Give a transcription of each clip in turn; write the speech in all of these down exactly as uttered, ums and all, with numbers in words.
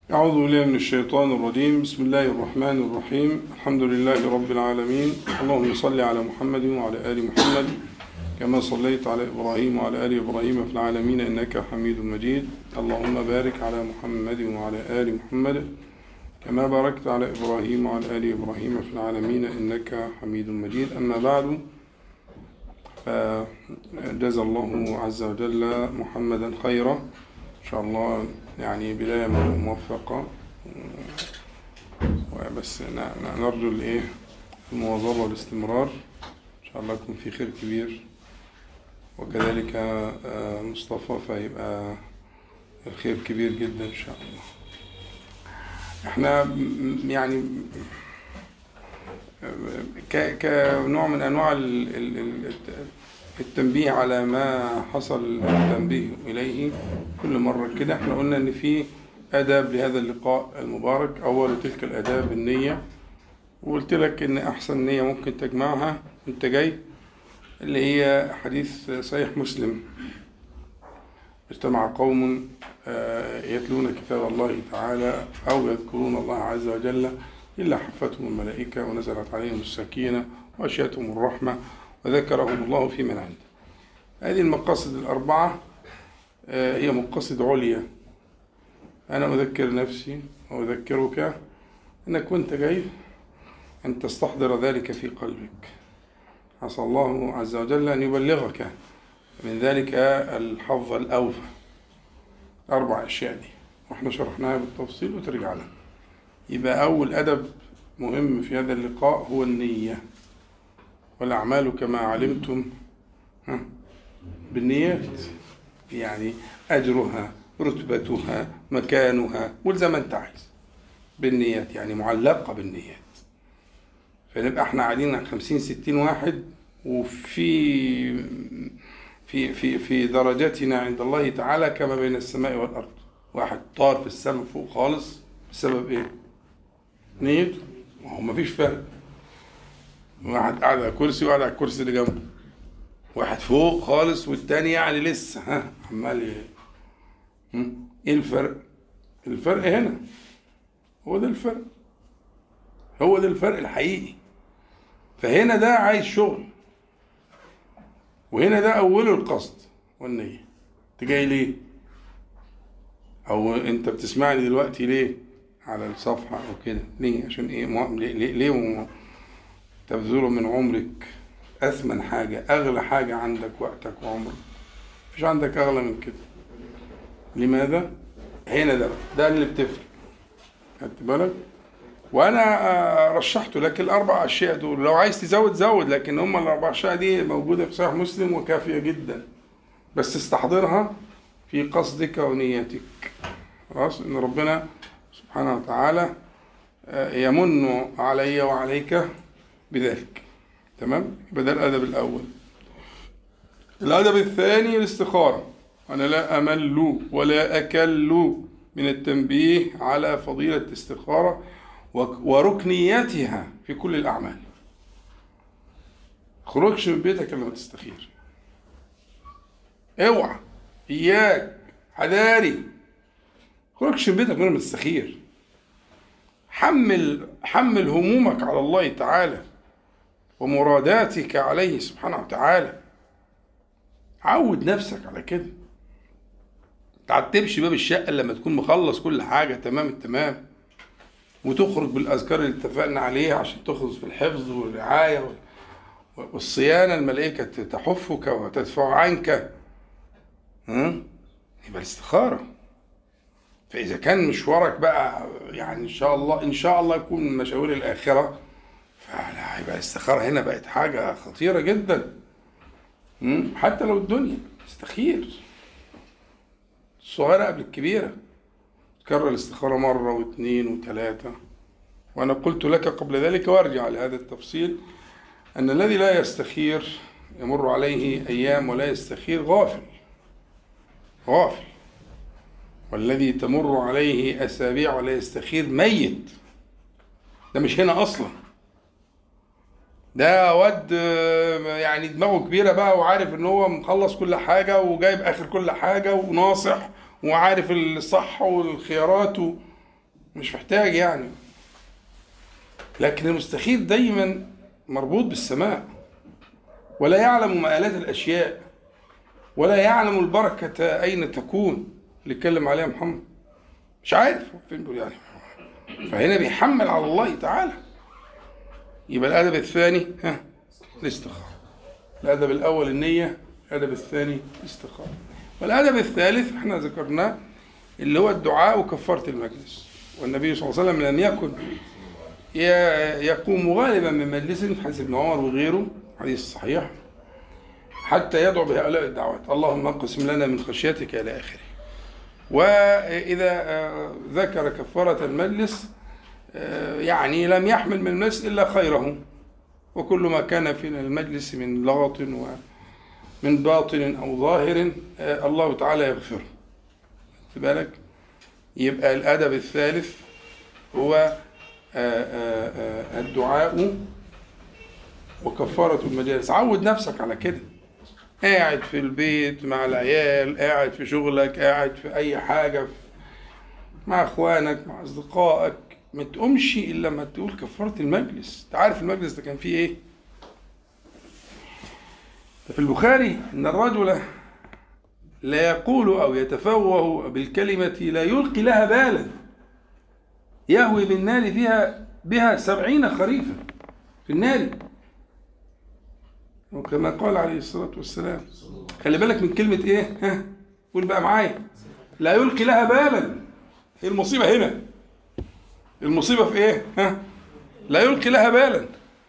أعوذ بالله من الشيطان الرجيم. بسم الله الرحمن الرحيم. الحمد لله رب العالمين. اللهم صل على محمد وعلى آل محمد كما صليت على إبراهيم وعلى آل إبراهيم في العالمين إنك حميد مجيد. اللهم بارك على محمد وعلى آل محمد كما باركت على إبراهيم وعلى آل إبراهيم في العالمين إنك حميد مجيد. أما بعد، فجزا الله عز وجل محمدا خيرا إن شاء الله. يعني بداية موفقة، بس نرجو الإيه المواظبة والاستمرار إن شاء الله يكون في خير كبير، وكذلك مصطفى فيبقى الخير كبير جدا إن شاء الله. احنا يعني كنوع من أنواع التنبيه على ما حصل التنبيه إليه كل مرة كده. احنا قلنا ان في آداب لهذا اللقاء المبارك. أول تلك الآداب النية، وقلت لك ان أحسن نية ممكن تجمعها وانت جاي، اللي هي حديث صحيح مسلم: اجتمع قوم يتلون كتاب الله تعالى أو يذكرون الله عز وجل إلا حفتهم الملائكة ونزلت عليهم السكينة وغشيتهم الرحمة وذكرهم الله في من عنده. هذه المقاصد الأربعة هي مقاصد عليا. أنا أذكر نفسي وأذكرك أنك وأنت جاي أن تستحضر ذلك في قلبك. عسى الله عز وجل أن يبلغك من ذلك الحظ الأوفى. أربع أشياء دي وإحنا شرحناها بالتفصيل وترجع لها. يبقى أول أدب مهم في هذا اللقاء هو النية. والأعمال كما علمتم بالنيات، يعني أجرها رتبتها مكانها والزي ما أنت عايز بالنيات، يعني معلقة بالنيات. فنبقى احنا قاعدين خمسين ستين واحد، وفي في في في درجاتنا عند الله تعالى كما بين السماء والأرض. واحد طار في السماء فوق خالص بسبب ايه؟ نيته. ما هو مفيش فرق. واحد قاعد على كرسي وقاعد على الكرسي اللي جنبه، واحد فوق خالص والتاني يعني لسه ها عمال ايه ايه الفرق؟ الفرق هنا، هو ده الفرق، هو ده الفرق الحقيقي. فهنا ده عايز شغل، وهنا ده اوله القصد والنية. انت جاي ليه؟ او انت بتسمعني دلوقتي ليه على الصفحة او كده؟ ليه؟ عشان ايه؟ ليه ليه, ليه تبذل من عمرك أثمن حاجة، أغلى حاجة عندك، وقتك وعمرك. مفيش عندك أغلى من كده. لماذا؟ هنا ده ده اللي بتفرق. خدت بالك؟ وأنا رشحت لك الأربع أشياء دول. لو عايز تزود زود، لكن هم الأربع أشياء دي موجودة في صحيح مسلم وكافية جدا. بس استحضرها في قصدك ونيتك. خلاص؟ إن ربنا سبحانه وتعالى يمن علي وعليك بذلك. تمام؟ يبقى ده الأدب الأول. الأدب الثاني الاستخارة. أنا لا أمل ولا أكل من التنبيه على فضيلة الاستخارة وركنياتها في كل الأعمال. خرجش من بيتك لما تستخير. اوعى، إياك، حذاري، خرجش من بيتك لما تستخير. حمل حمل همومك على الله تعالى ومراداتك عليه سبحانه وتعالى. عود نفسك على كده. تعتبش باب الشقة لما تكون مخلص كل حاجة تمام التمام، وتخرج بالأذكار اللي اتفقنا عليها عشان تخلص في الحفظ والرعاية والصيانة. الملائكة تحفك وتدفع عنك. ها؟ يبقى الاستخارة. فإذا كان مشوارك بقى يعني إن شاء الله إن شاء الله يكون من مشاوير الآخرة، فلا يبقى الاستخارة هنا بقت حاجة خطيرة جدا. حتى لو الدنيا استخير الصغيرة قبل الكبيرة. تكرر الاستخارة مرة واثنين وثلاثة. وأنا قلت لك قبل ذلك وارجع لهذا التفصيل أن الذي لا يستخير يمر عليه أيام ولا يستخير غافل غافل والذي تمر عليه أسابيع ولا يستخير ميت. ده مش هنا أصلا. ده واد يعني دماغه كبيرة بقى، وعارف ان هو مخلص كل حاجة وجايب اخر كل حاجة وناصح وعارف الصح والخيارات و... مش محتاج يعني. لكن المستخير دايما مربوط بالسماء، ولا يعلم مآلات الأشياء، ولا يعلم البركة أين تكون اللي اتكلم عليها محمد، مش عارف فين يعني. فهنا بيحمل على الله تعالى. يبقى الأدب الثاني ها الاستخارة. الأدب الأول النية، الأدب الثاني الاستخارة. والأدب الثالث احنا ذكرناه اللي هو الدعاء وكفارة المجلس. والنبي صلى الله عليه وسلم لم يكن يقوم غالبا من مجلس، حديث ابن عمر وغيره حديث صحيح، حتى يدعو بهؤلاء الدعوات: اللهم اقسم لنا من خشيتك إلى آخره. وإذا ذكر كفارة المجلس يعني لم يحمل من المجلس إلا خيره، وكل ما كان في المجلس من لغط ومن باطن أو ظاهر الله تعالى يغفره. خد بالك؟ يبقى الأدب الثالث هو الدعاء وكفارة المجالس. عود نفسك على كده، قاعد في البيت مع العيال، قاعد في شغلك، قاعد في أي حاجة مع أخوانك مع أصدقائك، ما تقومش إلا لما تقول كفارة المجلس. أنت عارف المجلس ده كان فيه إيه؟ في البخاري إن الرجل لا يقول أو يتفوه بالكلمة لا يلقي لها بالا يهوي بالنار فيها بها سبعين خريفا في النار، وكما قال عليه الصلاة والسلام. خلي بالك من كلمة إيه؟ ها؟ قول بقى معايا: لا يلقي لها بالا. هي المصيبة هنا، المصيبة في إيه؟ ها؟ لا يلقي لها بالا.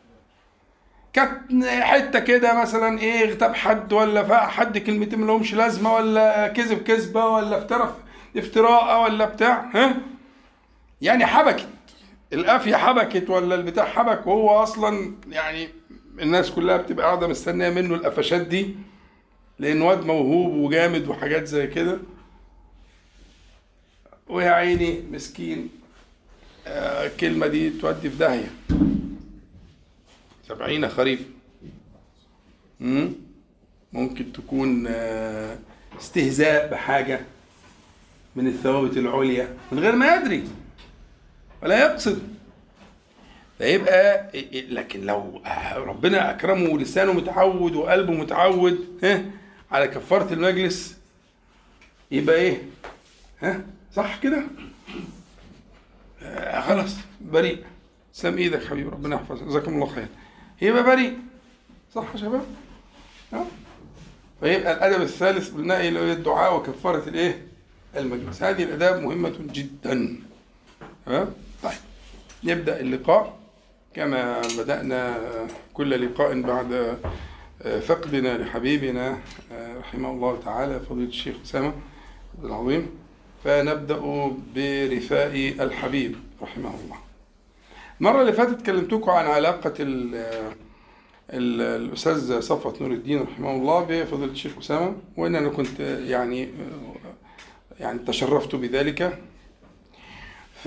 كانت حتة كده مثلا إيه، اغتاب حد ولا فاق حد كلمتين ملهمش لازمة، ولا كذب كذبة، ولا افترى افتراء، ولا بتاع، ها؟ يعني حبكت القافية، حبكت ولا البتاع حبك، وهو أصلا يعني الناس كلها بتبقى قاعدة مستنية منه القفشات دي، لأن واد موهوب وجامد وحاجات زي كده. ويا عيني مسكين، آه الكلمة دي تودي في داهية. سبعين خريف ممكن تكون آه استهزاء بحاجة من الثوابت العليا من غير ما يدري ولا يقصد. فيبقى لكن لو ربنا أكرمه ولسانه متعود وقلبه متعود ها على كفارة المجلس، يبقى إيه؟ ها؟ صح كده؟ آه خلاص بريء. سلام إيدك حبيبي، ربنا يحفظك، جزاكم الله خير. يبقى بريء. صح يا شباب؟ ها؟ فيبقى الأدب الثالث قلنا اللي هو الدعاء وكفارة الإيه؟ المجلس. هذه الآداب مهمة جدا. تمام؟ طيب نبدأ اللقاء كما بدأنا كل لقاء بعد فقدنا لحبيبنا رحمه الله تعالى فضيلة الشيخ أسامة عبد العظيم، فنبدأ برثاء الحبيب رحمه الله. المرة اللي فاتت كلمتكم عن علاقة ال ال الأستاذ صفوت نور الدين رحمه الله بفضيلة الشيخ أسامة، وإن أنا كنت يعني يعني تشرفت بذلك. ف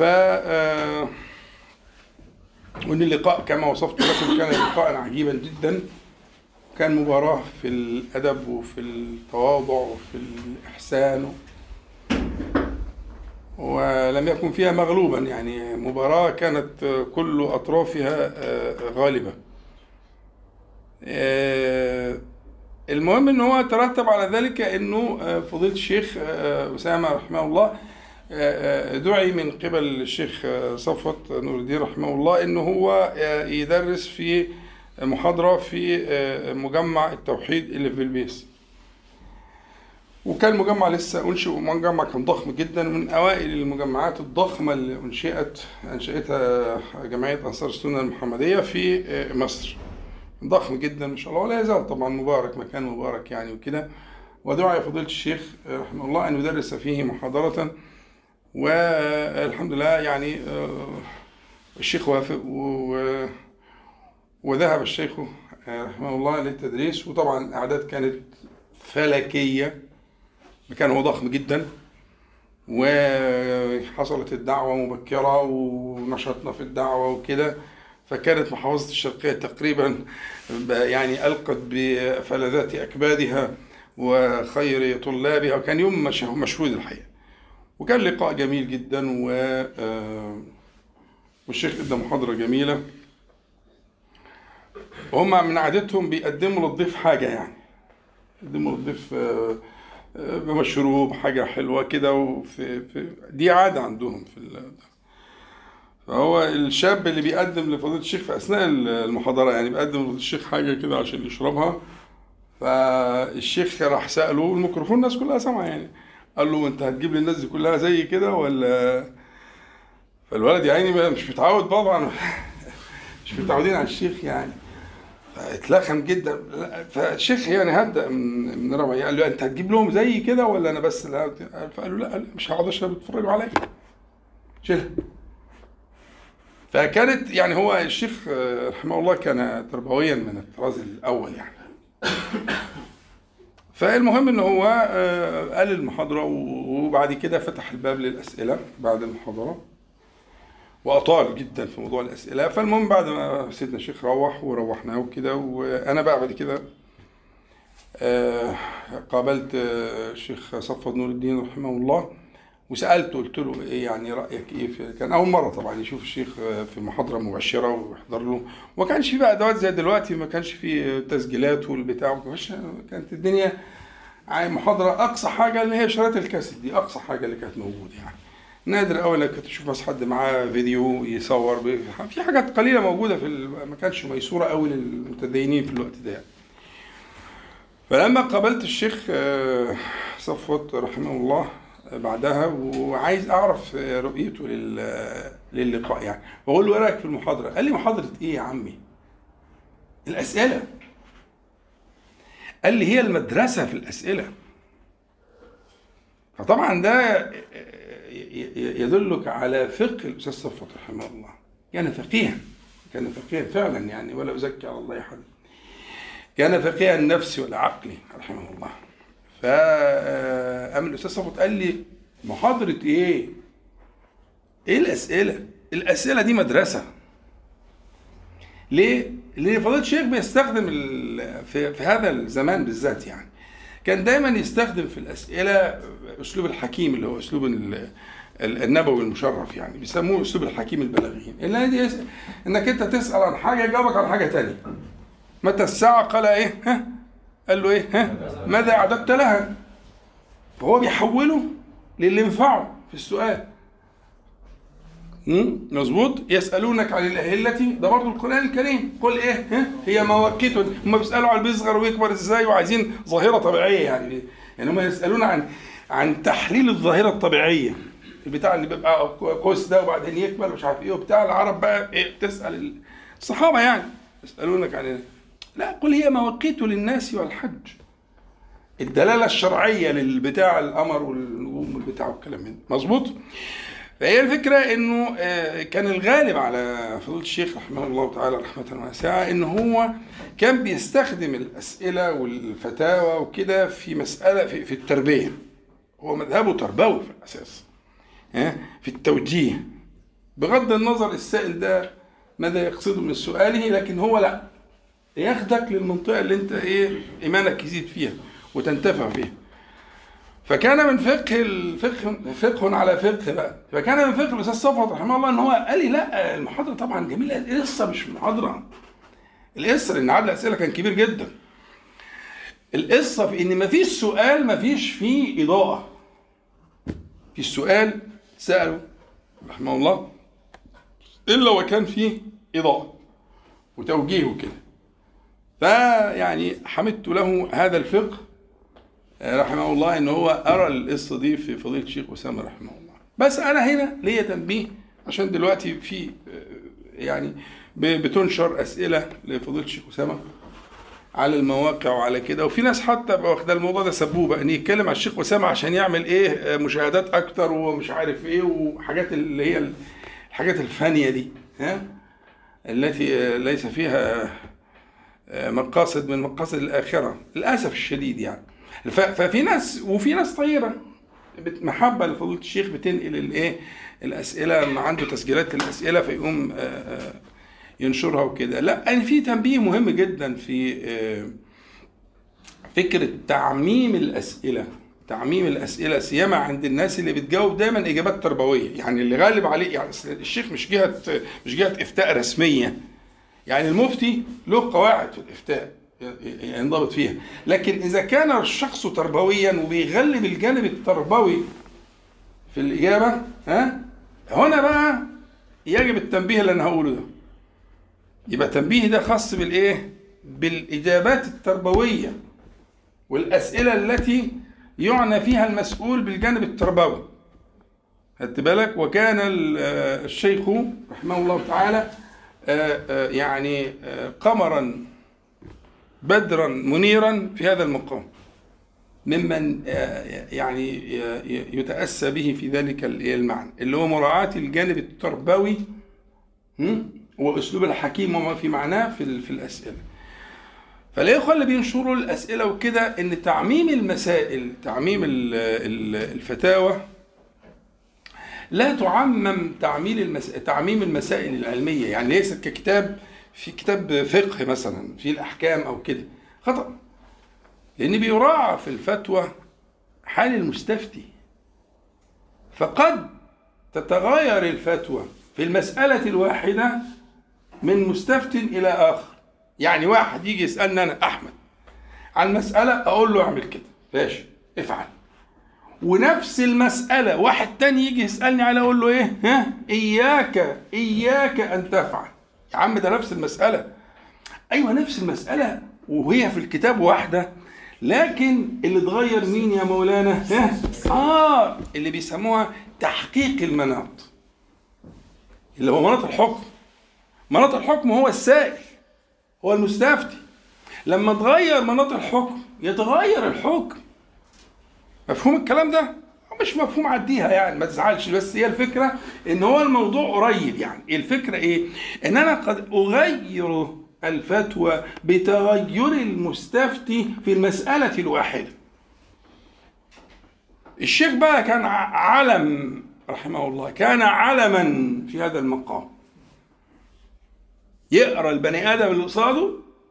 وإن اللقاء كما وصفت لكم كان لقاء عجيبا جدا، كان مباراة في الأدب وفي التواضع وفي الإحسان، ولم يكن فيها مغلوبا، يعني مباراة كانت كل أطرافها غالبة. المهم أنه هو ترتب على ذلك أنه فضيلة الشيخ أسامة رحمه الله دعي من قبل الشيخ صفوت نور الدين رحمه الله أنه هو يدرس في محاضرة في مجمع التوحيد اللي في بلبيس. وكان مجمع لسه أنشئ، مجمع كان ضخم جدا، من أوائل المجمعات الضخمة اللي أنشئت أنشئتها جمعية أنصار السنة المحمدية في مصر. ضخم جدا ما شاء الله، ولا يزال طبعا مبارك، مكان مبارك يعني وكده. ودعي فضيلة الشيخ رحمه الله أن يدرس فيه محاضرة، والحمد لله يعني الشيخ وافق، وذهب الشيخ رحمه الله للتدريس. وطبعا الأعداد كانت فلكية، مكان هو ضخم جدا، وحصلت الدعوة مبكرة ونشطنا في الدعوة وكده. فكانت محافظة الشرقية تقريبا يعني ألقت بفلذات أكبادها وخير طلابها، وكان يوم مشهود الحقيقة. وكان لقاء جميل جدا، و والشيخ ادى محاضرة جميلة. وهم من عادتهم بيقدموا للضيف حاجة، يعني يقدموا للضيف بمشروب حاجة حلوة كده، وفي في دي عادة عندهم في ال... فهو الشاب اللي بيقدم لفضيلة الشيخ في أثناء المحاضرة يعني بيقدم لفضيلة الشيخ حاجة كده عشان يشربها. فالشيخ راح سأله، الميكروفون الناس كلها سامعة يعني، قال له انت هتجيب لي الناس دي كلها زي كده ولا؟ فالولد يا عيني مش متعود طبعا مش متعودين على الشيخ يعني، فاتلخم جدا. فالشيخ يعني هدأ من من رمي، قال له انت هتجيب لهم زي كده ولا انا بس؟ فقال له لا مش هقعد اشرب، يتفرجوا عليا، شيلها. فكانت يعني هو الشيخ رحمه الله كان تربويا من الطراز الاول يعني. فالمهم ان هو قال المحاضرة، وبعد كده فتح الباب للأسئلة بعد المحاضرة، وأطال جدا في موضوع الأسئلة. فالمهم بعد ما سيدنا الشيخ روح وروحناه وكده، وأنا بقى بعد كده قابلت الشيخ صفوت نور الدين رحمه الله، وسألته قلت له إيه يعني رأيك إيه في، كان أول مرة طبعا يشوف الشيخ في محاضرة مباشرة ويحضر له، وما كانش في بقى أدوات زي دلوقتي، ما كانش في تسجيلات والبتاع، كانت الدنيا محاضرة أقصى حاجة اللي هي شريط الكاسيت دي، أقصى حاجة اللي كانت موجودة يعني. نادر قوي انك تشوف بس حد معاه فيديو يصور، في حاجات قليلة موجودة في ما كانش ميسورة قوي للمتدينين في الوقت ده يعني. فلما قابلت الشيخ صفوت رحمه الله بعدها، وعايز أعرف رؤيته للقاء يعني، بقول له إيه رأيك في المحاضرة؟ قال لي محاضرة إيه يا عمي؟ الأسئلة. قال لي هي المدرسة في الأسئلة. فطبعا ده يدلك على فقه الأستاذ صفوت رحمه الله، كان فقيها، كان فقيها فعلا يعني، ولا أزكي على الله أحد، كان فقيها النفس والعقل رحمه الله. فأم الأستاذ صفوت قال لي محاضرة إيه؟ إيه الأسئلة؟ الأسئلة دي مدرسة. ليه؟ لأن فضيلة الشيخ بيستخدم في, في هذا الزمان بالذات يعني، كان دايما يستخدم في الأسئلة أسلوب الحكيم اللي هو أسلوب النبوي المشرف يعني، بيسموه أسلوب الحكيم البلاغيين، اللي دي إنك أنت تسأل عن حاجة يجاوبك عن حاجة تانية. متى الساعة؟ قال إيه؟ ها؟ قال له إيه؟ ها؟ ماذا أعددت لها؟ فهو بيحوله للي ينفعه في السؤال. مظبوط. يسألونك عن الأهلة، ده برضه القرآن الكريم، قل إيه؟ ها؟ هي مواقيت. هم بيسألوا على بيصغر ويكبر إزاي، وعايزين ظاهرة طبيعية يعني، يعني هم يسألون عن عن تحليل الظاهرة الطبيعية، البتاع اللي بيبقى قوس ده وبعدين يكمل مش عارف إيه وبتاع. العرب بقى إيه تسأل الصحابة يعني، يسألونك عن إيه؟ لا، قل هي مواقيت للناس والحج. الدلالة الشرعية للبتاع، الأمر والنجوم والبتاع والكلام من مظبوط. فهي الفكرة إنه كان الغالب على فضيلة الشيخ رحمه الله تعالى رحمة واسعة إنه هو كان بيستخدم الأسئلة والفتاوى وكده في مسألة في, في التربية. هو مذهبه تربوي في الأساس، في التوجيه، بغض النظر السائل ده ماذا يقصده من سؤاله، لكن هو لا ياخدك للمنطقة اللي انت ايه إيمانك يزيد فيها وتنتفع فيها. فكان من فقه الفقه فقه على فقه بقى. فكان من فقه الأستاذ صفوت رحمه الله ان هو قال لي لا المحاضرة طبعا جميلة، القصة مش محاضرة، القصة لأن عدد الأسئلة كان كبير جدا. القصة في إن مفيش سؤال مفيش فيه إضاءة. في السؤال سأله رحمه الله إلا وكان فيه إضاءة وتوجيه كده. فيعني حمدت له هذا الفقه رحمه الله إن هو أرى القصة دي في فضيلة الشيخ أسامة رحمه الله. بس أنا هنا ليا تنبيه، عشان دلوقتي في يعني بتنشر أسئلة لفضيلة الشيخ أسامة على المواقع وعلى كده، وفي ناس حتى واخد الموضوع ده سبوبة ان يتكلم على الشيخ أسامة عشان يعمل ايه مشاهدات اكتر ومش عارف ايه، وحاجات اللي هي الحاجات الفانية دي ها التي ليس فيها مقاصد من مقاصد الآخرة للأسف الشديد يعني. ففي ناس وفي ناس طيبة محبة لفضيلة الشيخ بتنقل الايه الأسئلة، ما عنده تسجيلات الأسئلة فيقوم ينشرها وكده. لا، يعني في تنبيه مهم جدا في فكرة تعميم الأسئلة تعميم الأسئلة سيما عند الناس اللي بتجاوب دايما إجابات تربوية، يعني اللي غالب عليه، يعني الشيخ مش جهة مش جهة إفتاء رسمية، يعني المفتي له قواعد في الإفتاء ينضبط فيها، لكن إذا كان الشخص تربويا وبيغلب الجانب التربوي في الإجابة، ها هنا بقى يجب التنبيه اللي أنا هقوله ده. يبقى تنبيه ده خاص بالإيه؟ بالإجابات التربوية والأسئلة التي يعنى فيها المسؤول بالجانب التربوي. خدت بالك؟ وكان الشيخ رحمه الله تعالى يعني قمرا بدرا منيرا في هذا المقام، ممن يعني يتأسى به في ذلك المعنى اللي هو مراعاة الجانب التربوي وأسلوب الحكيم وما في معناه في في الأسئلة. فالإخوة اللي بينشروا الأسئلة وكده إن تعميم المسائل، تعميم الفتاوى لا تعمم تعميم المسائل تعميم المسائل العلمية، يعني ليست ككتاب في كتاب فقه مثلا في الأحكام أو كده، خطأ، لأن بيراعى في الفتوى حال المستفتي، فقد تتغير الفتوى في المسألة الواحدة من مستفت إلى آخر. يعني واحد يجي يسألني أنا أحمد عن مسألة، أقول له أعمل كده، ماشي افعل، ونفس المسألة واحد تاني يجي يسألني على، أقول له إيه؟ ها إياك إياك أن تفعل. يا عم ده نفس المسألة. أيوة نفس المسألة وهي في الكتاب واحدة، لكن اللي اتغير مين يا مولانا؟ ها؟ آه اللي بيسموها تحقيق المناط، اللي هو مناط الحكم. مناط الحكم هو السائل، هو المستفتي. لما تغير مناط الحكم يتغير الحكم. مفهوم الكلام ده؟ مش مفهوم عديها يعني ما تزعلش، بس هي الفكرة ان هو الموضوع قريب. يعني الفكرة ايه؟ ان انا قد اغير الفتوى بتغير المستفتي في المسألة الواحدة. الشيخ بقى كان علم رحمه الله، كان علما في هذا المقام، يقرأ البني آدم اللي قصاده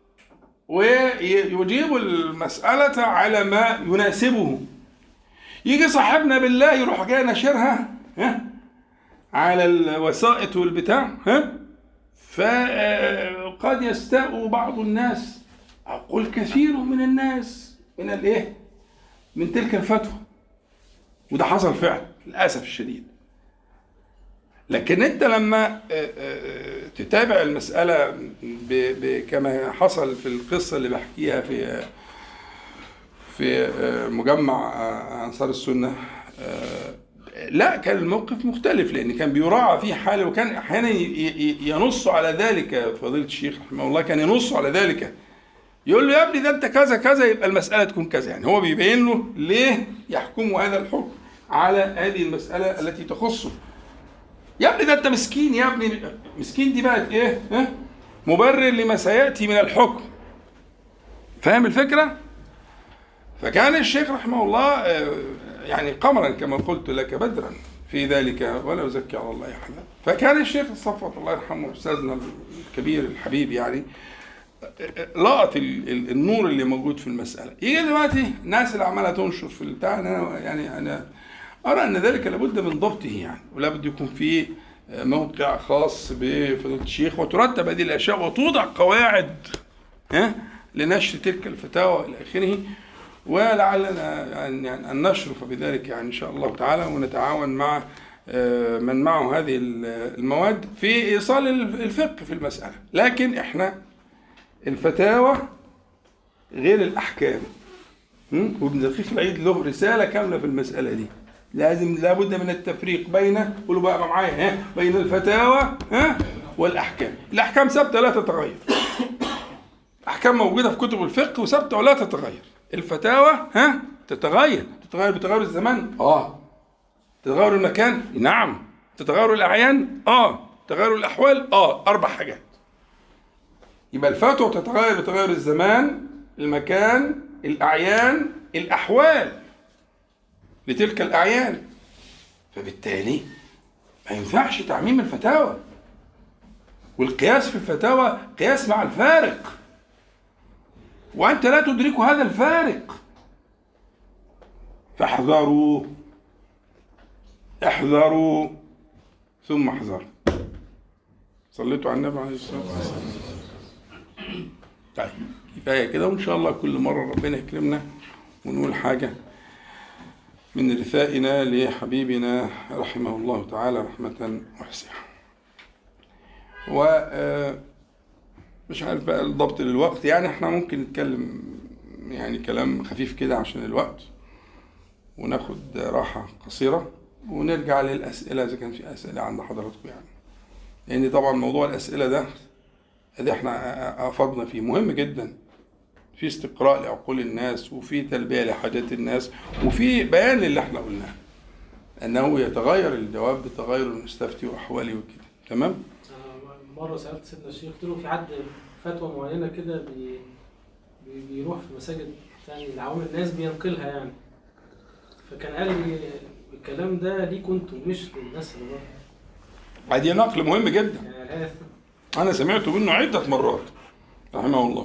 ويجيب المسألة على ما يناسبه. يجي صاحبنا بالله يروح جاي نشرها ها على الوسائط والبتاع، ها فقد يستاء بعض الناس، أقول كثير من الناس، من الايه؟ من تلك الفتوى. وده حصل فعلا للأسف الشديد. لكن انت لما تتابع المسألة كما حصل في القصة اللي بحكيها في في مجمع أنصار السنة، لا كان الموقف مختلف، لأن كان بيراعى فيه حاله، وكان أحيانا ينص على ذلك. فضيلة الشيخ رحمه الله كان ينص على ذلك، يقول له يا ابني ده أنت كذا كذا يبقى المسألة تكون كذا. يعني هو بيبين له ليه يحكم هذا الحكم على هذه المسألة التي تخصه. يا ابني ده أنت مسكين، يا ابني مسكين دي بقت إيه؟ ها؟ مبرر لما سيأتي من الحكم. فاهم الفكرة؟ فكان الشيخ رحمه الله يعني قمرا كما قلت لك بدرا في ذلك، ولا أزكي على الله أحدا. فكان الشيخ الصفوت الله يرحمه أستاذنا الكبير الحبيب يعني لقط النور اللي موجود في المسألة. يجي دلوقتي الناس اللي عمالة تنشر في البتاع، أنا يعني أنا أرى أن ذلك لابد من ضبطه يعني، ولابد يكون فيه موقع خاص بفضيلة الشيخ، وترتب هذه الأشياء وتوضع قواعد ها لنشر تلك الفتاوى إلى آخره. ولعلنا أن نشرف بذلك يعني إن شاء الله تعالى، ونتعاون مع من معه هذه المواد في إيصال الفقه في المسألة. لكن إحنا الفتاوى غير الأحكام، وابن دقيق العيد له رسالة كاملة في المسألة دي. لازم لابد من التفريق بين، قولوا بقى معايا ها، بين الفتاوى ها والأحكام. الأحكام ثابتة لا تتغير، أحكام موجودة في كتب الفقه وثابتة ولا تتغير. الفتاوى ها تتغير، تتغير بتغير الزمان، اه تتغير المكان، نعم تتغير الأعيان، اه تتغير الأحوال، اه أربع حاجات. يبقى الفتوى تتغير بتغير الزمان، المكان، الأعيان، الأحوال لتلك الأعيان. فبالتالي ما ينفعش تعميم الفتاوى، والقياس في الفتاوى قياس مع الفارق، وأنت لا تدرك هذا الفارق. فاحذروا احذروا ثم احذروا. صليتوا على النبي عليه الصلاة والسلام. طيب كفاية كده، وإن شاء الله كل مرة ربنا يكرمنا ونقول حاجة من رثائنا لحبيبنا رحمه الله تعالى رحمة واسعة. ومش عارف بقى الضبط للوقت، يعني احنا ممكن نتكلم يعني كلام خفيف كده عشان الوقت، وناخد راحة قصيرة ونرجع للأسئلة إذا كان في أسئلة عند حضراتكم. يعني لأن طبعا موضوع الأسئلة ده ده احنا أفضنا فيه، مهم جدا في استقراء لعقول الناس، وفي تلبية لحاجات الناس، وفي بيان للي احنا قلناه، أنه يتغير الجواب بتغير المستفتي وأحواله وكده. تمام؟ مرة سألت سيدنا الشيخ، قلت له في حد فتوى معينة كده بي بيروح في مساجد يعني لعوام الناس بينقلها يعني، فكان قال لي الكلام ده ليكوا انتوا مش للناس اللي بره. هذه نقل مهم جدا، يعني أنا سمعته منه عدة مرات رحمه الله.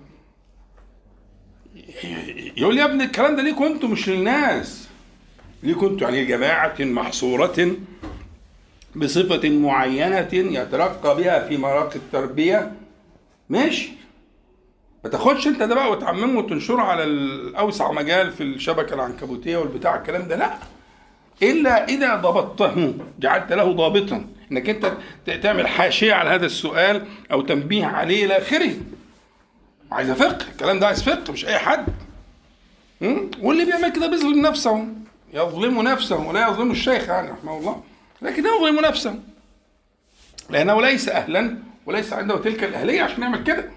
يقول يا ابني الكلام ده ليكوا انتوا مش للناس، ليكوا انتوا يعني جماعة محصورة بصفة معينة يترقى بها في مراقي التربية، ماشي، ما تاخدش انت ده بقى وتعممه وتنشره على الأوسع مجال في الشبكة العنكبوتية والبتاع الكلام ده، لا، إلا إذا ضبطته، جعلت له ضابطا، إنك أنت تعمل حاشية على هذا السؤال أو تنبيه عليه إلى آخره. عايز فقه، الكلام ده عايز فقه، مش أي حد. واللي بيعمل كده بيظلم نفسه، يظلم نفسه ولا يظلم الشيخ يعني رحمه الله، لكن يظلم نفسه لأنه ليس أهلا وليس عنده تلك الأهلية عشان يعمل كده.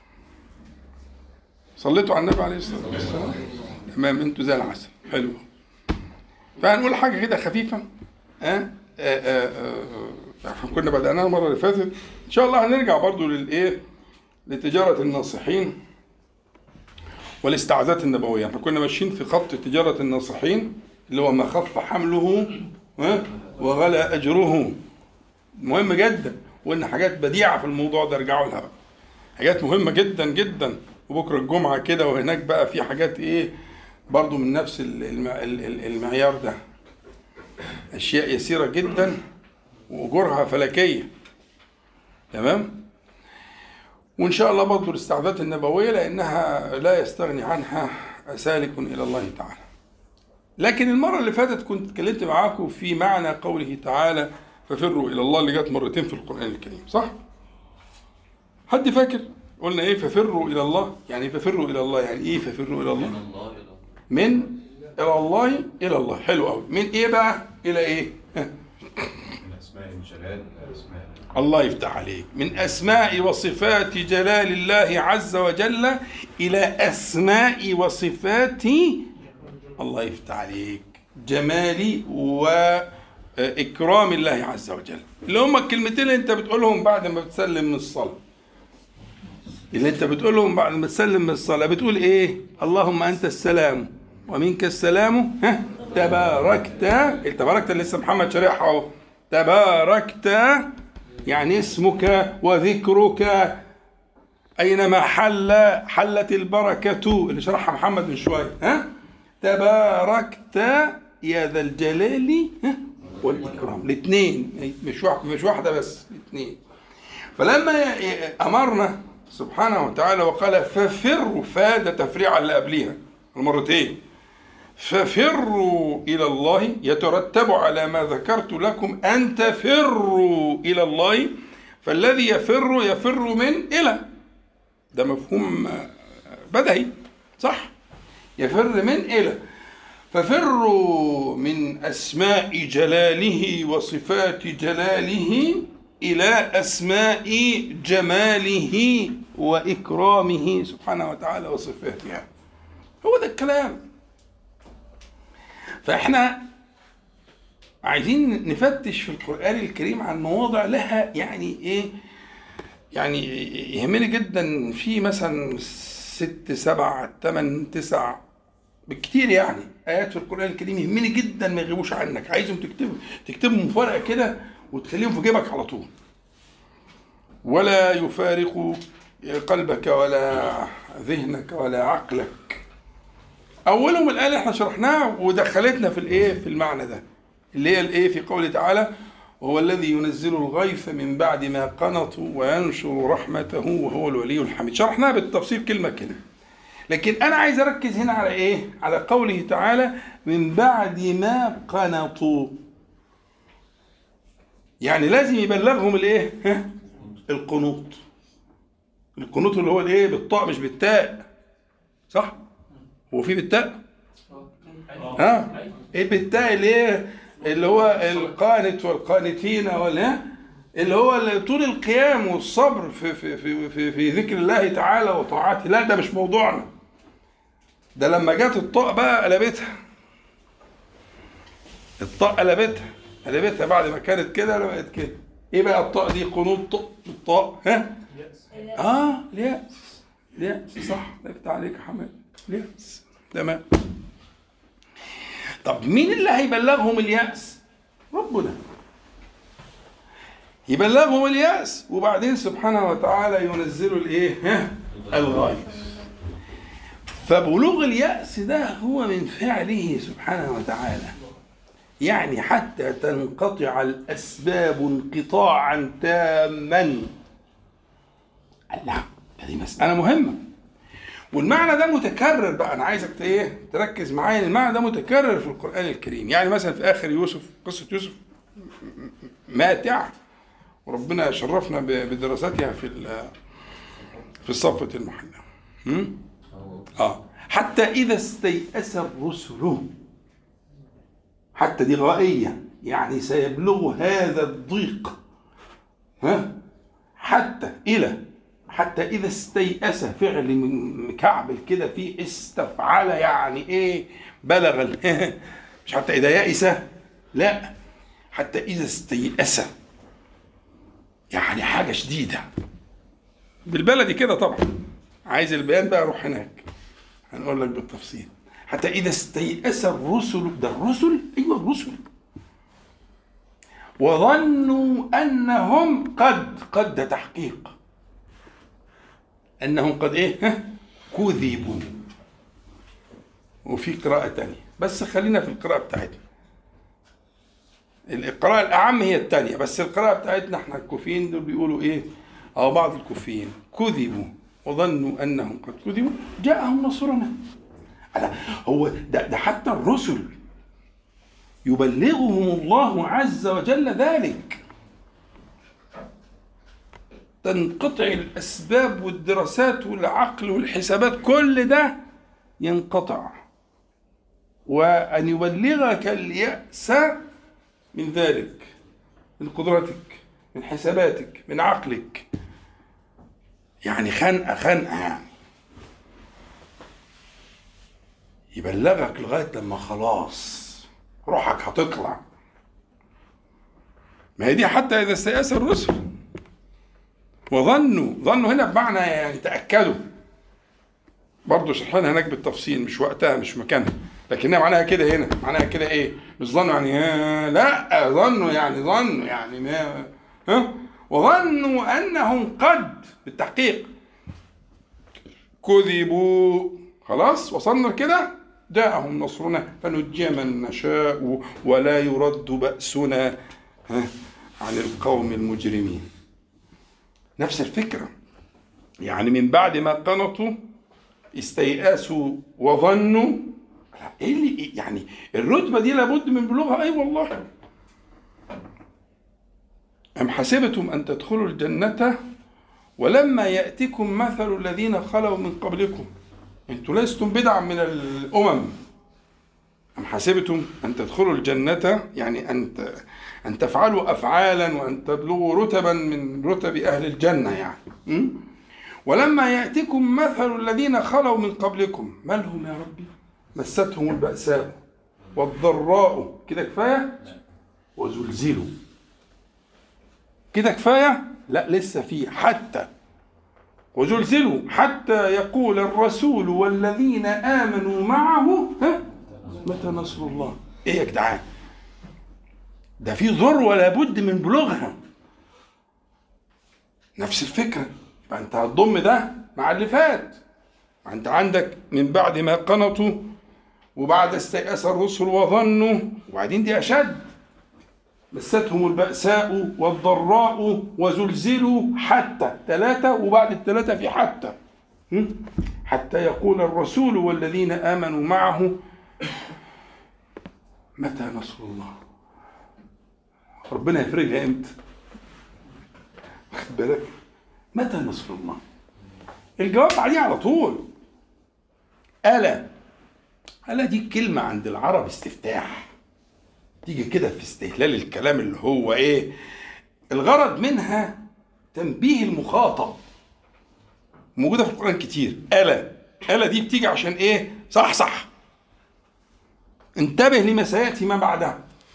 صليتوا على النبي عليه الصلاة والسلام. تمام، انتوا زي العسل. حلو. فهنقول حاجة كده خفيفة. ها أه؟ كنا بدأناها المرة اللي فاتت، إن شاء الله هنرجع برضو للإيه؟ لتجارة الناصحين والاستعاذات النبوية. احنا كنا ماشيين في خط تجارة الناصحين اللي هو ما خف حمله وغلى أجره. مهم جدا، وإن حاجات بديعة في الموضوع ده ارجعوا لها بقى. حاجات مهمة جدا جدا، وبكرة الجمعة كده وهناك بقى في حاجات إيه برضو من نفس المعيار ده، أشياء يسيرة جدا وأجورها فلكية. تمام؟ وإن شاء الله برضو الاستعاذات النبوية لأنها لا يستغني عنها سالك إلى الله تعالى. لكن المرة اللي فاتت كنت اتكلمت معاكم في معنى قوله تعالى ففروا إلى الله، اللي جت مرتين في القرآن الكريم، صح؟ حد فاكر؟ قلنا إيه ففروا إلى الله؟ يعني ففروا إلى الله يعني إيه ففروا إلى الله؟ من إلى الله إلى الله. حلو قوي. من إيه بقى؟ إلى إيه؟ من أسماء جلال أسماء الله يفتح عليك، من أسماء وصفات جلال الله عز وجل إلى أسماء وصفات الله يفتح عليك جمالي وإكرام الله عز وجل، اللي هم الكلمتين اللي أنت بتقولهم بعد ما بتسلم من الصلاة. اللي أنت بتقولهم بعد ما تسلم من الصلاة بتقول إيه؟ اللهم أنت السلام ومنك السلام، ها تباركت. تباركت اللي لسه محمد شريحة أهو. تباركت يعني اسمك وذكرك أينما حل حلت البركة، اللي شرحها محمد من شوية. ها تباركت يا ذا الجلال والإكرام. الاثنين، مش واحدة مش واحدة بس، الاثنين. فلما أمرنا سبحانه وتعالى وقال ففروا، فاد تفريع اللي قبليها المرتين، ففروا إلى الله، يترتب على ما ذكرت لكم أن تفروا إلى الله. فالذي يفر يفر من إلى، ده مفهوم بدهي صح؟ يفر من إلى. ففروا من أسماء جلاله وصفات جلاله إلى أسماء جماله وإكرامه سبحانه وتعالى وصفاته. يعني هو ده الكلام. فإحنا عايزين نفتش في القرآن الكريم عن مواضع لها يعني إيه، يعني يهمني جدا في مثلا ست سبع ثمان تسع بالكتير يعني آيات في القرآن الكريم يهمني جدا ما يغيبوش عنك. عايزهم تكتبوا تكتبهم في ورقة كده وتخليهم في جيبك على طول، ولا يفارق قلبك ولا ذهنك ولا عقلك. اولهم الايه اللي احنا شرحناها ودخلتنا في الايه في المعنى ده، اللي هي الايه في قوله تعالى وهو الذي ينزل الغيث من بعد ما قنطوا وينشر رحمته وهو الولي الحميد. شرحناها بالتفصيل كلمه كلمه، لكن انا عايز اركز هنا على ايه؟ على قوله تعالى من بعد ما قنطوا، يعني لازم يبلغهم الايه؟ ها؟ القنوط. القنوط اللي هو الايه؟ بالطاء مش بالتاء، صح؟ هو في بالتاء؟ ها؟ ايه بالتاء الايه؟ اللي هو القانت والقانتين ولا اللي هو طول القيام والصبر في في في في, في ذكر الله تعالى وطاعته. لا ده مش موضوعنا. ده لما جت الطاء بقى قلبتها. الطاء قلبتها قلبتها بعد ما كانت كده بقت كده. ايه بقى الطاء دي؟ قنوط الطاء. ها؟ اه الياس. الياس صح. لفت عليك يا حماد. الياس تمام. طب مين اللي هيبلغهم الياس؟ ربنا يبلغهم الياس، وبعدين سبحانه وتعالى ينزل الايه؟ ها؟ الغيث. فبلوغ الياس ده هو من فعله سبحانه وتعالى، يعني حتى تنقطع الاسباب انقطاعا تاما. الله، هذه مسألة مهمة، والمعنى ده متكرر بقى. انا عايزك ايه تركز معايا. المعنى ده متكرر في القرآن الكريم. يعني مثلا في اخر يوسف، قصة يوسف ماتع، وربنا شرفنا بدراستها في في الصفة المحلى. اه حتى اذا استيأس الرسل، حتى دي غائية، يعني سيبلغ هذا الضيق. ها؟ حتى إلى، حتى إذا استيأس، فعل مكعبل كده في استفعل، يعني إيه؟ بلغ. مش حتى إذا يأس، لا، حتى إذا استيأس، يعني حاجة شديدة بالبلدي كده. طبعا عايز البيان بقى روح هناك هنقول لك بالتفصيل. حتى إذا استيأس الرسل، ده الرسل، أيوة الرسل، وظنوا أنهم قد قد ده تحقيق أنهم قد إيه؟ كذبوا. وفي قراءة تانية، بس خلينا في القراءة بتاعتنا. القراءة الأعم هي التانية، بس القراءة بتاعتنا احنا الكوفيين دول بيقولوا إيه؟ أو بعض الكوفيين كذبوا وظنوا أنهم قد كذبوا جاءهم نصرنا. هو ده, ده حتى الرسل يبلغهم الله عز وجل ذلك. تنقطع الأسباب والدراسات والعقل والحسابات، كل ده ينقطع، وأن يبلغك اليأس من ذلك، من قدرتك، من حساباتك، من عقلك، يعني خنقة خنقة، يعني يبلغك لغاية لما خلاص روحك هتطلع. ما هي دي حتى إذا استيأس الرسل وظنوا. ظنوا هنا بمعنى يعني تأكدوا، برضو شرحنا هناك بالتفصيل، مش وقتها مش مكانها، لكنها معناها كده. هنا معناها كده ايه؟ مش ظنوا يعني لا، ظنوا يعني ظنوا يعني ما ها وظنوا أنهم قد بالتحقيق كذبوا. خلاص وصلنا كده. جاءهم نصرنا فنجي من نشاء ولا يرد بأسنا عن القوم المجرمين. نفس الفكرة، يعني من بعد ما قنطوا استيأسوا وظنوا. ايه اللي يعني الرتبة دي لابد من بلوغها. اي أيوة والله. أم حسبتم أن تدخلوا الجنة ولما يأتكم مثل الذين خلوا من قبلكم. انتوا لستم بدعا من الأمم. أم حسبتم أن تدخلوا الجنة، يعني أن أن تفعلوا أفعالا وأن تبلغوا رتبا من رتب أهل الجنة يعني. م? ولما يأتكم مثل الذين خلوا من قبلكم. ما لهم يا ربي؟ مستهم البأساء والضراء. كده كفاية؟ وزلزلوا. كده كفاية؟ لا لسه في حتى. وزلزلوا حتى يقول الرسول والذين آمنوا معه ها متى نصر الله. ايه يا جدعان؟ ده في ذروة لابد من بلوغها. نفس الفكرة. فأنت هتضم ده مع اللي فات. أنت عندك من بعد ما قنطوا وبعد استيأس الرسل وظنوا، وبعدين دي أشد، مستهم البأساء والضراء وزلزلوا حتى ثلاثة، وبعد الثلاثة في حتى حتى يقول الرسول والذين آمنوا معه متى نصر الله. ربنا يفرجها امتى؟ واخد بالك؟ متى نصر الله؟ الجواب عليه على طول ألا. ألا دي كلمة عند العرب استفتاح، تيجي كده في استهلال الكلام اللي هو ايه الغرض منها تنبيه المخاطب، موجودة في القرآن كتير. ألا ألا دي بتيجي عشان ايه؟ صح صح، انتبه لما سيأتي ما بعدها.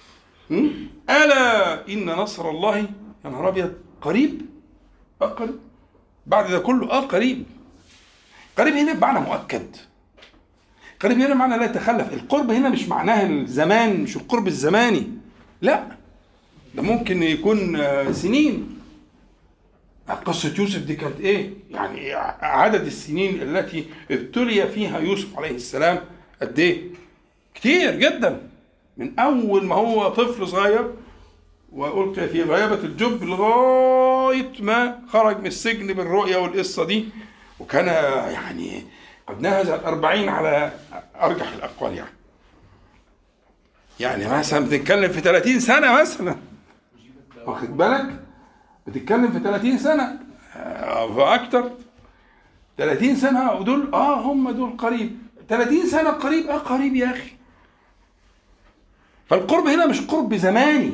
ألا إن نصر الله يا نهار أبيض قريب. أه قريب بعد ده كله. أه قريب. قريب هنا بمعنى مؤكد، قريب هنا معنى لا يتخلف. القرب هنا مش معناه الزمان، مش القرب الزماني، لا، ده ممكن يكون سنين. قصة يوسف دي كانت ايه؟ يعني عدد السنين التي ابتلي فيها يوسف عليه السلام قد ايه؟ كتير جدا، من اول ما هو طفل صغير والقي في غيابة الجب لغاية ما خرج من السجن بالرؤيا والقصة دي، وكان يعني قد نهز الأربعين على أرجح الأقوال. يعني يعني مثلا بتتكلم في ثلاثين سنة مثلا، واخد بالك؟ بتتكلم في ثلاثين سنة فأكتر. ثلاثين سنة ودول آه هم دول قريب. ثلاثين سنة قريب، آه قريب يا أخي. فالقرب هنا مش قرب زماني،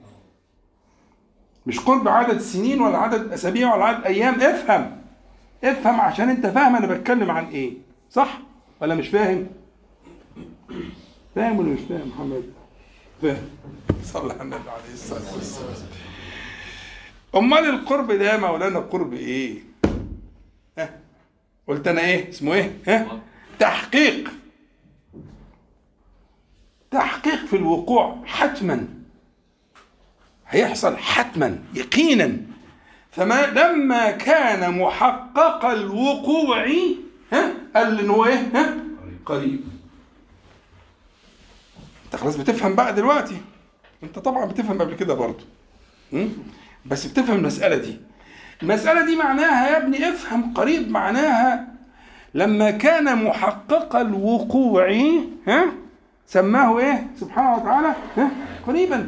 مش قرب عدد سنين ولا عدد أسابيع ولا عدد أيام. افهم افهم عشان انت فاهم انا بتكلم عن ايه، صح ولا مش فاهم؟ فاهم ولا مش فاهم محمد؟ فاهم. صلى على النبي عليه الصلاه والسلام. امال القرب ده يا مولانا قرب ايه؟ ها قلت انا ايه اسمه ايه؟ ها تحقيق. تحقيق في الوقوع حتما، هيحصل حتما يقينا. فما لما كان محقق الوقوع ها قال ان هو ايه؟ ها قريب. انت خلاص بتفهم بقى دلوقتي. انت طبعا بتفهم قبل كده برضه، بس بتفهم المسألة دي. المسألة دي معناها يا ابني افهم قريب، معناها لما كان محقق الوقوع ها سماه ايه سبحانه وتعالى؟ ها قريبا.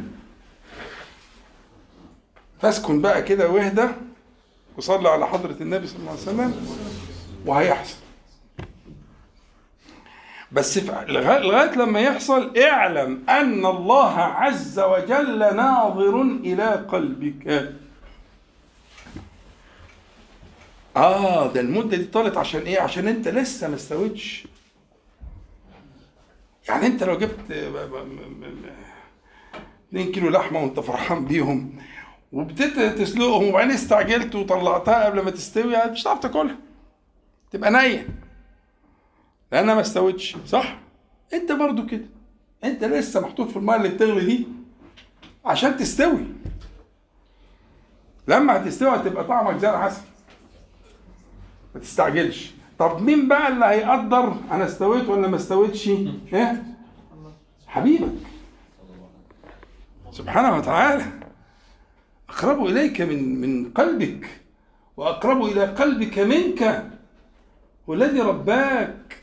فاسكن بقى كده واهدى وصلي على حضرة النبي صلى الله عليه وسلم وهيحصل. بس لغاية لما يحصل اعلم أن الله عز وجل ناظر إلى قلبك. آه ده المدة دي طالت عشان إيه؟ عشان أنت لسه ما استويتش. يعني أنت لو جبت اتنين كيلو لحمة وأنت فرحان بيهم وابتديت تسلقهم وبعدين استعجلت وطلعتها قبل ما تستوي، مش هتعرف تاكلها، تبقى نية لأنها ما استوتش، صح؟ أنت برضو كده، أنت لسه محطوط في الماء اللي بتغلي دي عشان تستوي. لما هتستوي هتبقى طعمك زي العسل، ما تستعجلش. طب مين بقى اللي هيقدر أنا استويت ولا ما استويتش؟ إيه؟ حبيبك سبحانه وتعالى، أقرب إليك من من قلبك وأقرب إلى قلبك منك، والذي رباك.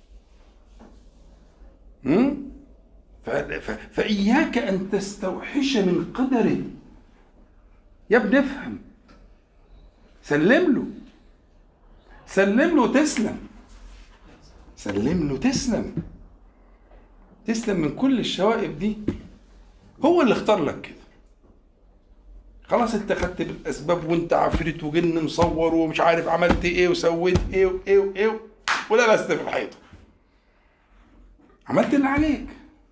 فإياك أن تستوحش من قدره يا ابن. افهم، سلم له، سلم له تسلم، سلم له تسلم، تسلم من كل الشوائب دي. هو اللي اختار لك كده. خلاص انت خدت بالاسباب وانت عفريت وجن مصور ومش عارف عملت ايه وسويت ايه وايه وايه ولبست في الحيطه، عملت اللي عليك.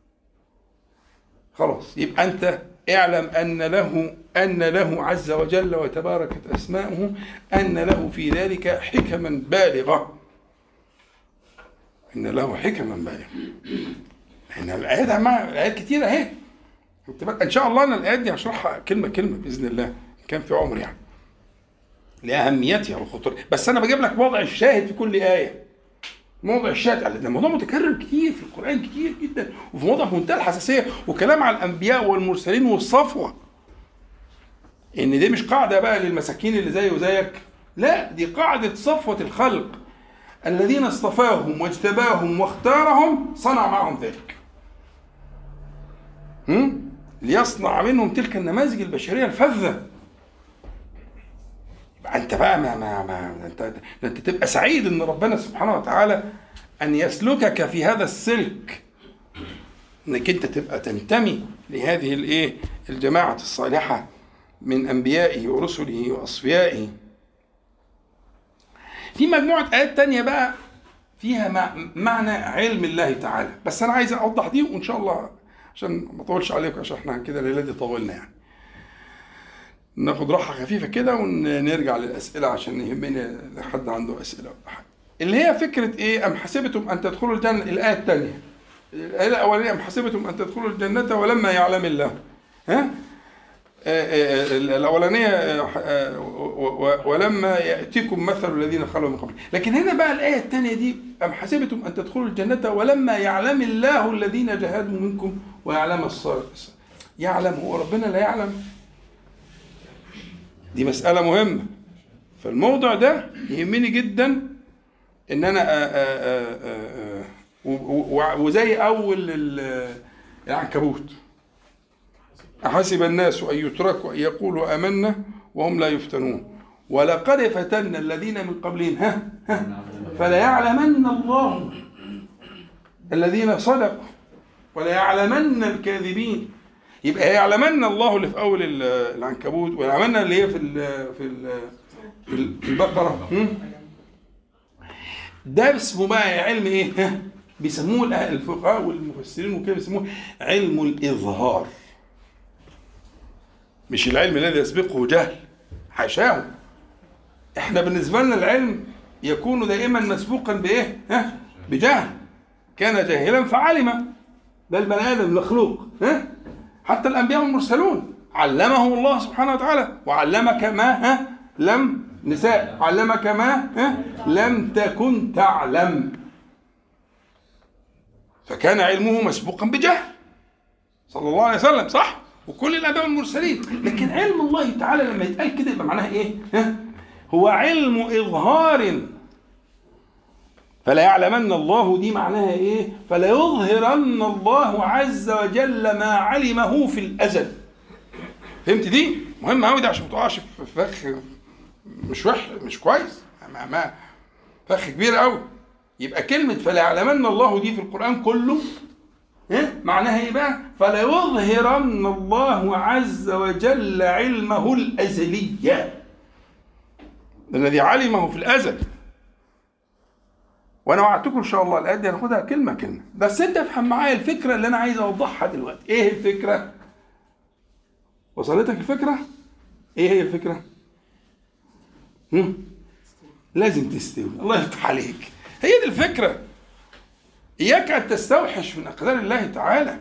خلاص يبقى انت اعلم ان له ان له عز وجل وتباركت اسماؤه ان له في ذلك حكما بالغه. ان له حكما بالغه. احنا الايات الايات كتيره اهي، ان شاء الله انا الايات دي هشرحها كلمه كلمه باذن الله كان في عمري، يعني لاهميتها وخطورتها، بس انا بجيب لك وضع الشاهد في كل ايه. موضع الشهادة، ده موضوع متكرر كتير في القرآن كتير جدا، وفي موضوع في منتهى الحساسية، وكلام على الأنبياء والمرسلين والصفوة. إن دي مش قاعدة بقى للمساكين اللي زي وزيك، لا دي قاعدة صفوة الخلق الذين اصطفاهم واجتباهم واختارهم، صنع معهم ذلك. هم؟ ليصنع منهم تلك النماذج البشرية الفذة. انت بقى ما ما ما انت انت تبقى سعيد ان ربنا سبحانه وتعالى ان يسلكك في هذا السلك، انك انت تبقى تنتمي لهذه الايه الجماعة الصالحة من انبيائه ورسله واصفيائه. في مجموعة آيات تانية بقى فيها معنى علم الله تعالى، بس انا عايز اوضح دي وان شاء الله عشان ما اطولش عليكم، عشان احنا كده الليله دي طولنا يعني. ناخد راحه خفيفه كده ونرجع للاسئله عشان يهمني لحد عنده اسئله ولا حاجه. اللي هي فكره ايه؟ ام حسبتم ان تدخلوا الجنه، الايه الثانيه. الايه الاولانيه ام حسبتم ان تدخلوا الجنه ولما يعلم الله. ها؟ الاولانيه ولما ياتيكم مثل الذين خلوا من قبل. لكن هنا بقى الايه الثانيه دي ام حسبتم ان تدخلوا الجنه ولما يعلم الله الذين جاهدوا منكم ويعلم الصالحين. يعلم هو ربنا لا يعلم؟ دي مساله مهمه. فالموضوع ده يهمني جدا ان انا آآ آآ وزي اول العنكبوت، أحسب الناس أن يتركوا أن يقولوا آمنا وهم لا يفتنون ولقد فتنا الذين من قبلهم ها ها فليعلمن الله الذين صدقوا وليعلمن الكاذبين. يبقى يعلمن الله اللي في أول العنكبوت، ويعلمن اللي هي في ال في ال في البقرة. ده اسمه بقى علم إيه؟ ها بيسموه الفقهاء والمفسرين وكده بيسموه علم الإظهار، مش العلم الذي يسبقه جهل، حاشاه. احنا بالنسبه لنا العلم يكون دائما مسبوقا بايه؟ ها؟ بجهل. كان جاهلا فعلم، ده البني ادم المخلوق. ها؟ حتى الانبياء والمرسلون علمهم الله سبحانه وتعالى، وعلمك ما ها لم نساء علمك ما ها لم تكن تعلم. فكان علمه مسبوقا بجهل صلى الله عليه وسلم، صح؟ وكل الانبياء والمرسلين. لكن علم الله تعالى لما يتقال كده يبقى معناها ايه؟ ها؟ هو علم اظهار. فلا يعلمن الله دي معناها ايه؟ فلا يظهرن الله عز وجل ما علمه في الازل. فهمت دي؟ مهمه قوي دي عشان ما تقعش في فخ مش وح مش كويس، ما ما فخ كبير قوي. يبقى كلمه فلا يعلمن الله دي في القران كله ها معناها ايه بقى؟ فلا يظهرن الله عز وجل علمه الازلي الذي علمه في الازل. وانا وعدتكم ان شاء الله الايه دي هناخدها كلمه كلمه، بس انت افهم معايا الفكره اللي انا عايز اوضحها دلوقتي. ايه الفكره؟ وصلتك الفكره؟ ايه هي الفكره؟ هم؟ لازم تستوي. الله يفتح عليك، هي دي الفكره. إياك أن تستوحش من أقدار الله تعالى.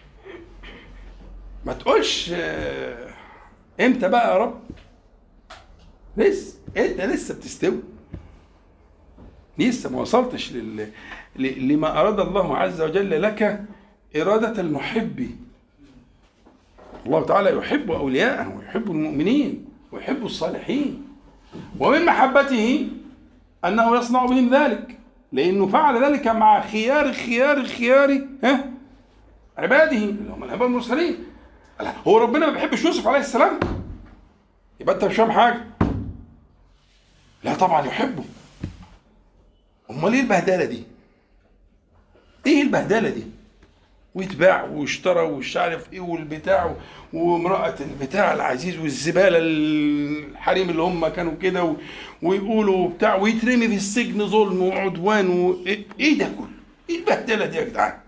ما تقولش إمتى بقى يا رب؟ لسه أنت لسه بتستوي، لسه ما وصلتش لل... لما أراد الله عز وجل لك إرادة المحب. الله تعالى يحب أولياءه ويحب المؤمنين ويحب الصالحين، ومن محبته أنه يصنع بهم ذلك، لأنه فعل ذلك مع خيار خيار خيار ها عباده اللي هم الأنبياء والمرسلين. هو ربنا ما بيحبش يوسف عليه السلام؟ يبقى أنت مش فاهم حاجة. لا طبعا يحبه. أمال إيه البهدلة دي؟ إيه البهدلة دي؟ ويتباع ويشترى ومش عارف إيه والبتاع وامرأة البتاع العزيز والزبالة الحريم اللي هم كانوا كده ويقولوا بتاع ويترمي في السجن ظلم وعدوان و... إيه ده كله؟ إيه البهدلة دي يا جدعان؟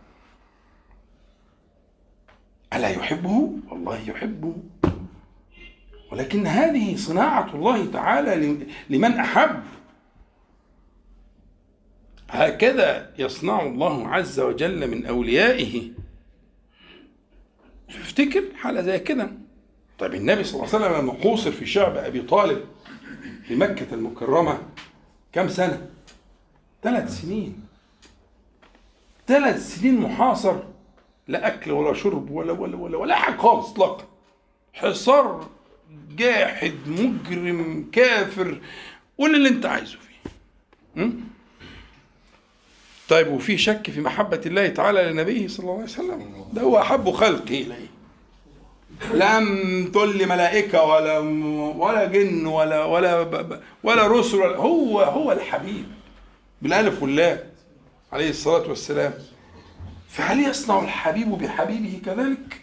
ألا يحبه؟ والله يحبه، ولكن هذه صناعة الله تعالى لمن أحب. هكذا يصنع الله عز وجل من أوليائه. افتكر حالة زي كده. طيب النبي صلى الله عليه وسلم لما قوصر في شعب أبي طالب في مكة المكرمة كم سنة؟ ثلاث سنين. ثلاث سنين محاصر، لا أكل ولا شرب ولا ولا ولا ولا حاجة خالص إطلاقا. حصار جاحد مجرم كافر، قول اللي أنت عايزه فيه. م? طيب وفي شك في محبة الله تعالى لنبيه صلى الله عليه وسلم؟ ده هو أحب خلقه إليه. لم تقول لي ملائكة ولا ولا جن ولا ولا ولا رسل ولا، هو هو الحبيب بالألف واللام عليه الصلاة والسلام. فهل يصنع الحبيب بحبيبه كذلك؟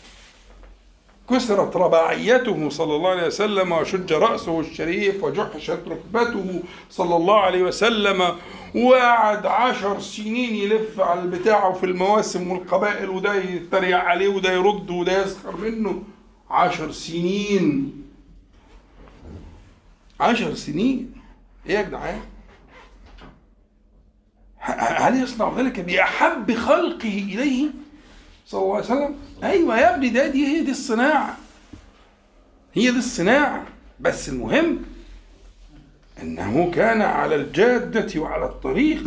كسرت رباعيته صلى الله عليه وسلم، وشج رأسه الشريف، وجحشت ركبته صلى الله عليه وسلم، وقعد عشر سنين يلف على البتاع في المواسم والقبائل، وده يتريق عليه وده يرد وده يسخر منه. عشر سنين عشر سنين ايه يا جدعان؟ هل يصنع ذلك بأحب خلقه إليه صلى الله عليه وسلم؟ أيوة يا ابني، ده دي هي دي الصناعة، هي دي الصناعة. بس المهم أنه كان على الجادة وعلى الطريق،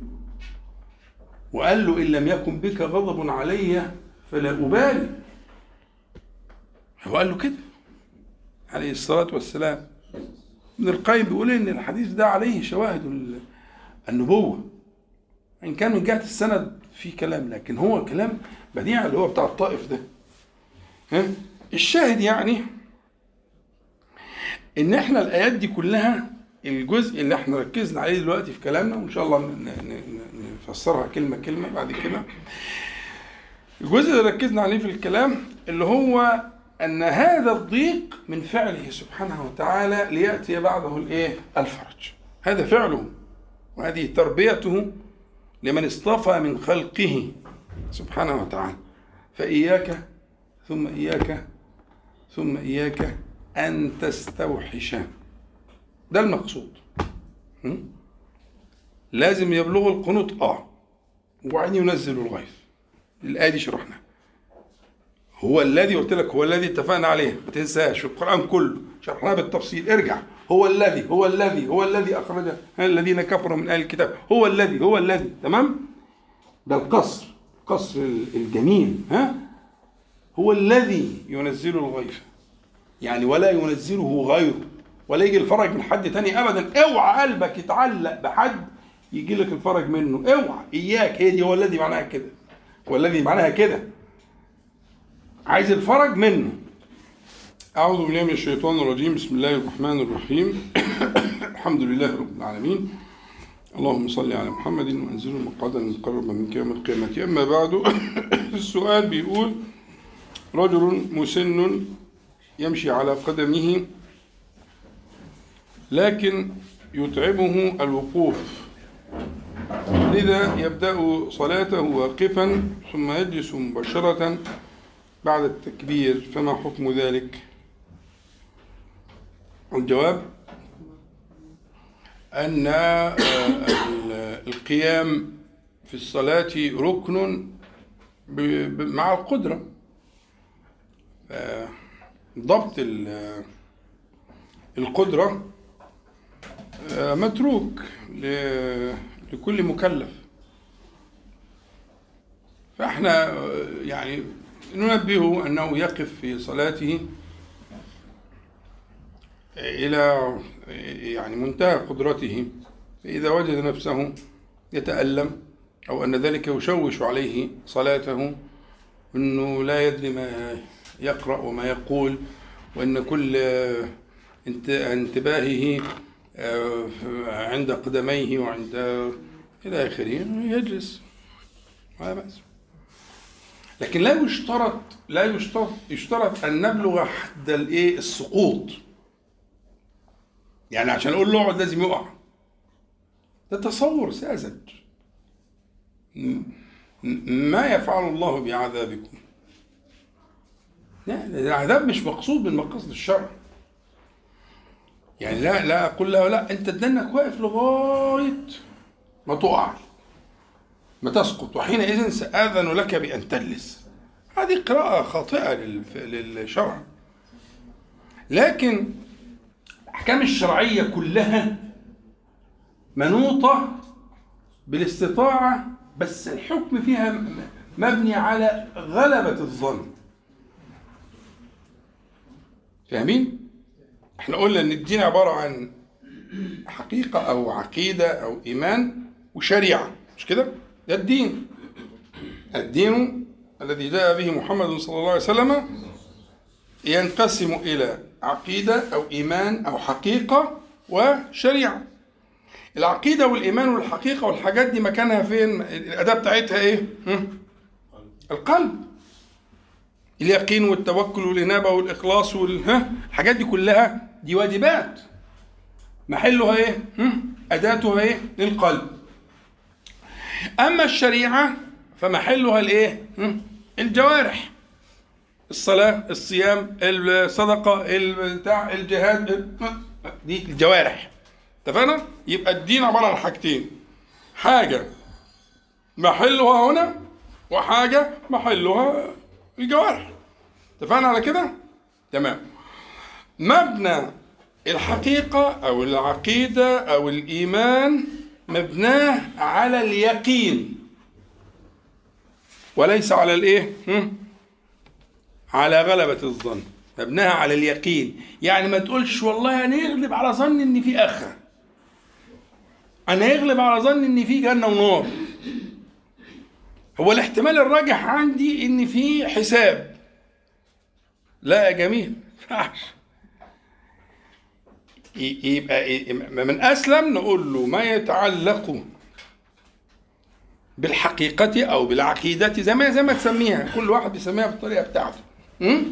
وقال له إن لم يكن بك غضب علي فلا أبالي. هو قال له كده عليه الصلاة والسلام. ابن القيم بيقول إن الحديث ده عليه شواهد النبوة، إن كان من جهة السند في كلام، لكن هو كلام بديع اللي هو بتاع الطائف ده. ها؟ الشاهد يعني إن إحنا الآيات دي كلها، الجزء اللي إحنا ركزنا عليه دلوقتي في كلامنا، وإن شاء الله نفسرها كلمة كلمة بعد كده. الجزء اللي ركزنا عليه في الكلام اللي هو أن هذا الضيق من فعله سبحانه وتعالى ليأتي بعده الإيه؟ الفرج. هذا فعله، وهذه تربيته لمن اصطفى من خلقه سبحانه وتعالى. فإياك ثم إياك ثم إياك أن تستوحش، ده المقصود. م? لازم يبلغ القنوط آه وبعدين ينزل الغيث. الآية دي شرحنا، هو الذي قلت لك، هو الذي اتفقنا عليه، ما تنساش في القرآن كله شرحناه بالتفصيل. ارجع، هو الذي هو الذي هو الذي أخرج الذين كفروا من أهل الكتاب، هو الذي هو الذي تمام. ده القصر، قصر الجميل. ها، هو الذي ينزل الغيث، يعني ولا ينزله غيره، ولا يجي الفرج من حد تاني أبدا. اوعى قلبك يتعلق بحد يجي لك الفرج منه، اوعى. إياك، هي دي هو الذي معناها كده، هو الذي معناها كده، عايز الفرج منه. أعوذ بالله من الشيطان الرجيم، بسم الله الرحمن الرحيم. الحمد لله رب العالمين، اللهم صل على محمد وأنزله مقعدا مقربا منك يوم القيامة. أما بعد، السؤال بيقول: رجل مسن يمشي على قدمه لكن يتعبه الوقوف، لذا يبدأ صلاته واقفا ثم يجلس مباشرة بعد التكبير، فما حكم ذلك؟ الجواب أن القيام في الصلاة ركن مع القدرة. ضبط القدرة متروك لكل مكلف، فاحنا يعني ننبهه أنه يقف في صلاته إلى يعني منتهى قدرته، فإذا وجد نفسه يتألم أو أن ذلك يشوش عليه صلاته، أنه لا يدري ما يقرأ وما يقول، وأن كل انتباهه عند قدميه وعند إلى آخره، يجلس ولا بأس. لكن لا يشترط لا يشترط يشترط أن نبلغ حد الإيه السقوط، يعني عشان أقول له اقعد لازم يقع. ده تصور ساذج، ما يفعل الله بعذابكم. لا، العذاب مش مقصود من مقاصد الشرع. يعني لا لا أقول له لا أنت تدنك واقف لغاية ما تقع، ما تسقط، وحينئذ سآذن لك بأن تجلس. هذه قراءة خاطئة للشرع. لكن الأحكام الشرعية كلها منوطة بالاستطاعة بس الحكم فيها مبني على غلبة الظن. فاهمين؟ احنا قلنا ان الدين عبارة عن حقيقة او عقيدة او ايمان وشريعة، مش كده؟ ده الدين. الدين الذي جاء به محمد صلى الله عليه وسلم ينقسم الى عقيدة او ايمان او حقيقة وشريعة. العقيدة والإيمان والحقيقة والحاجات دي مكانها فين؟ الأداة بتاعتها إيه؟ القلب. اليقين والتوكل والإنابة والإخلاص والحاجات دي كلها دي واجبات. محلها إيه؟ أداتها إيه؟ للقلب. أما الشريعة فمحلها الإيه؟ الجوارح. الصلاة، الصيام، الصدقة، البتاع، الجهاد، دي الجوارح. اتفقنا؟ يبقى الدين عبارة عن حاجتين، حاجة محلها هنا وحاجة محلها الجوارح. اتفقنا على كده؟ تمام. مبنى الحقيقة أو العقيدة أو الإيمان مبناه على اليقين وليس على الإيه؟ على غلبة الظن. مبناها على اليقين، يعني ما تقولش والله أنا يغلب على ظن إن في آخرة، أنا يغلب على ظن إن في جنة ونار، هو الاحتمال الراجح عندي إن في حساب. لا يا جميل، ما ينفعش. يبقى من أسلم نقول له ما يتعلق بالحقيقة أو بالعقيدة زي ما زي ما تسميها، كل واحد بيسميها بالطريقة بتاعته. م?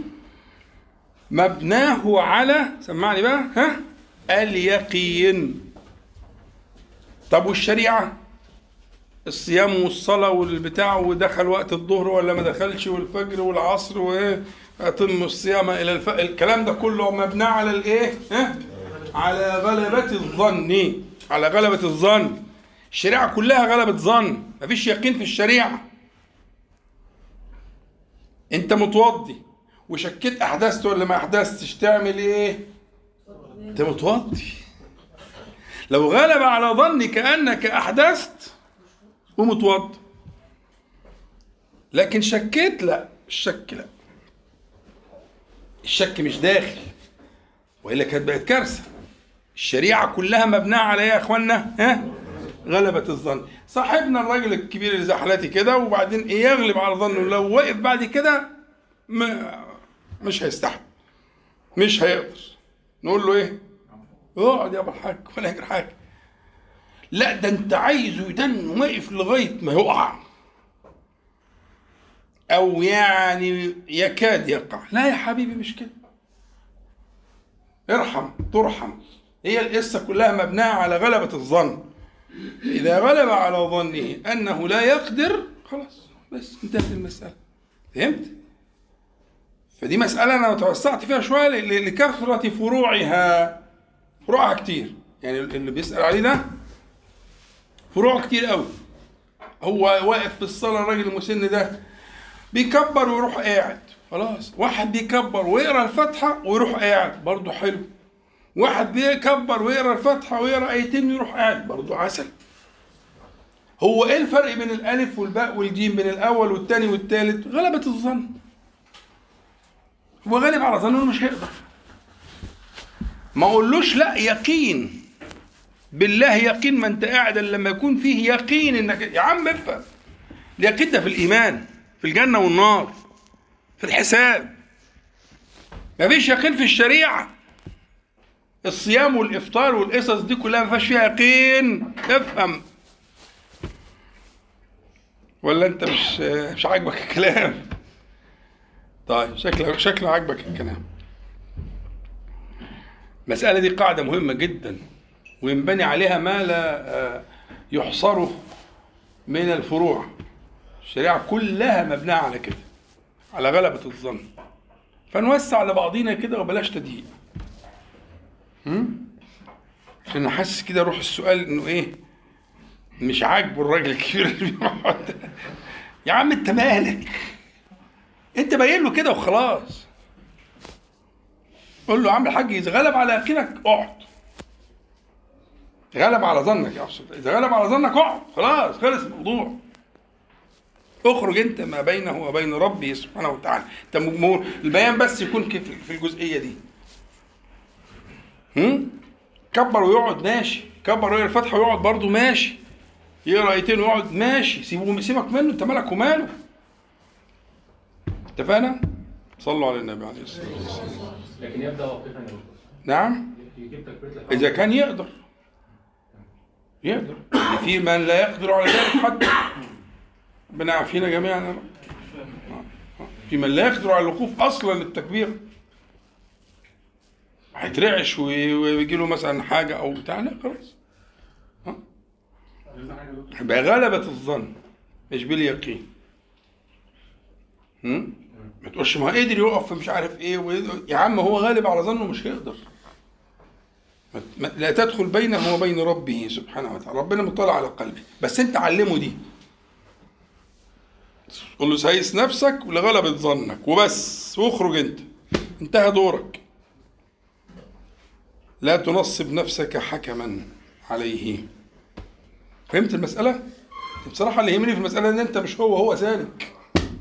مبناه على، سمعني بقى، ها، اليقين. طب والشريعة؟ الصيام والصلاة والبتاع، ودخل وقت الظهر ولا ما دخلش، والفجر والعصر، وأتم الصيام إلى الفجر، الكلام ده كله مبناه على الإيه؟ ها؟ على غلبة الظن. على غلبة الظن. الشريعة كلها غلبة ظن، مفيش يقين في الشريعة. أنت متوضي وشكيت أحدثت ولا ما أحدثتش، تعمل إيه؟ أنت متوضي. لو غلب على ظنك أنك أحدثت ومتوضي، لكن شكيت لا، الشك لا، الشك مش داخل، وإلا كانت بقت كارثة. الشريعة كلها مبناها على إيه يا إخوانا؟ ها؟ غلبة الظن. صاحبنا الراجل الكبير اللي زي حالاتي كده، وبعدين إيه يغلب على ظنه، لو وقف بعد كده ما مش هيستحمل، مش هيقدر، نقول له إيه؟ اقعد يا ابو الحاج ولا يجري حاجه. لا، ده انت عايزه يدن واقف لغايه ما يقع، او يعني يكاد يقع. لا يا حبيبي مش كده، ارحم ترحم. هي القصه كلها مبناها على غلبه الظن. اذا غلب على ظنه انه لا يقدر، خلاص بس انتهت المساله. فهمت؟ فدي مساله انا توسعت فيها شويه لكثره فروعها. فروعها كتير، يعني اللي بيسأل عليه ده فروع كتير قوي. هو واقف في الصلاة، الراجل المسن ده بيكبر ويروح قاعد، خلاص. واحد بيكبر ويقرأ الفاتحة ويروح قاعد، برضه حلو. واحد بيكبر ويقرأ الفاتحة ويقرأ آيتين ويروح قاعد، برضه عسل. هو ايه الفرق بين الألف والباء والجيم، بين الأول والثاني والثالث؟ غلبة الظن. هو غالب على ظنه مش هيقدر. ما اقولوش لا، يقين بالله، يقين ما انت قاعد لما يكون فيه يقين انك يا عم افهم. اليقين ده في الايمان، في الجنه والنار، في الحساب. ما فيش يقين في الشريعه. الصيام والافطار والقصص دي كلها ما فيهاش فيها يقين. افهم ولا انت مش مش عاجبك الكلام؟ طيب شكله شكله عاجبك الكلام. المسألة دي قاعدة مهمة جدا، وينبني عليها ما لا يحصره من الفروع. الشريعة كلها مبناها على كده، على غلبة الظن. فنوسع لبعضينا كده وبلاش تضييق، عشان نحس كده روح السؤال انه ايه، مش عاجبه الراجل الكبير اللي بيقعد. يا عم انت مالك، انت باين له كده وخلاص. قول له يا عم الحاج اذا غلب على يقينك اقعد. غلب على ظنك يا أبسط. اذا غلب على ظنك اقعد، خلاص خلص الموضوع. اخرج انت ما بينه وبين ربه سبحانه وتعالى. انت مجمور البيان بس يكون في الجزئيه دي. هم؟ كبر ويقعد ماشي، كبر ويقرا الفاتحه ويقعد برضه ماشي، يقرا ايتين ويقعد ماشي، سيبه سيبك منه، انت مالك وماله. اتفقنا؟ صلوا على النبي عليه الصلاه والسلام. لكن يبدا واقفا. نعم، اذا كان يقدر يقدر في من لا يقدر على ذلك حتى، ربنا يعافينا جميعا. في من لا يقدر على الوقوف اصلا للتكبير، هيترعش ويجي له مثلا حاجه او بتاع، لا خلاص يبقى غلبة الظن مش باليقين. هم؟ ما تقولش ما قدر يقف مش عارف ايه، يا عم هو غالب على ظنه مش هيقدر. لا تدخل بينه وبين ربه سبحانه وتعالى، ربنا مطلع على قلبه، بس انت علمه دي، قل له سيس نفسك ولغلبة ظنك وبس، واخرج انت، انتهى دورك. لا تنصب نفسك حكما عليه. فهمت المسألة؟ بصراحة اللي يهمني في المسألة ان انت مش هو هو سالك،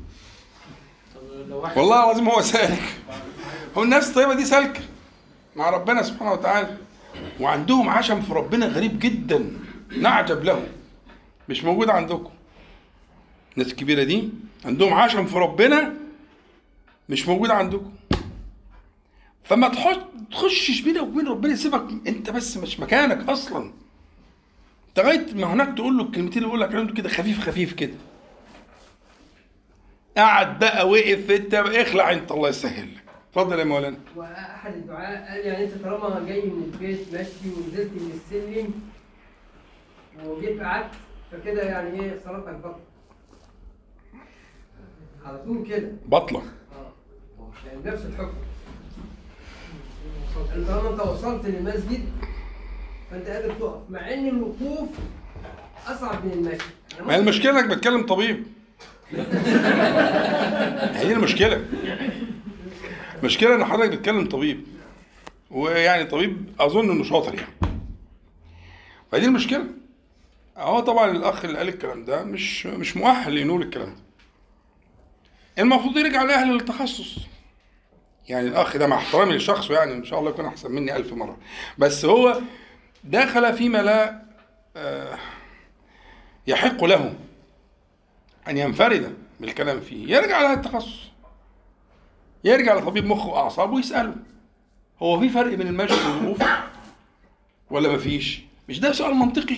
والله العظيم هو سالك. هو الناس الطيبة دي سالكة مع ربنا سبحانه وتعالى، وعندهم عشم في ربنا غريب جدا نعجب له، مش موجود عندكم. الناس الكبيرة دي عندهم عشم في ربنا مش موجود عندكم. فما تخشش بينك وبين ربنا، سيبك انت بس مش مكانك اصلا. لغايه ما هناك تقول له الكلمتين اللي بيقول لك عليهم كده خفيف خفيف كده. قعد بقى وقف انت بقى اخلع انت، الله يسهل لك. اتفضل يا مولانا. واحد الدعاء قال يعني انت طالما جاي من البيت ماشي ونزلت من السلم وجيت قعدت فكده يعني ايه صلاتك بطل على طول كده بطلة. اه يعني نفس الحكم. طالما انت وصلت للمسجد فانت قادر تقف، مع ان الوقوف اصعب من المشي. ما هي المشكله انك بتكلم طبيب. هي المشكله. المشكله ان حضرتك بتكلم طبيب، ويعني طبيب اظن انه شاطر يعني. فدي المشكله. هو طبعا الاخ اللي قال الكلام ده مش مش مؤهل ينول الكلام ده. المفروض يرجع لاهل التخصص. يعني الاخ ده مع احترامي لشخصه يعني ان شاء الله يكون احسن مني ألف مره، بس هو دخل فيما لا يحق له أن ينفرد بالكلام فيه. يرجع لها التخصص، يرجع لطبيب مخ وأعصاب ويسأله هو في فرق بين المشي والوقوف ولا مفيش؟ مش ده سؤال منطقي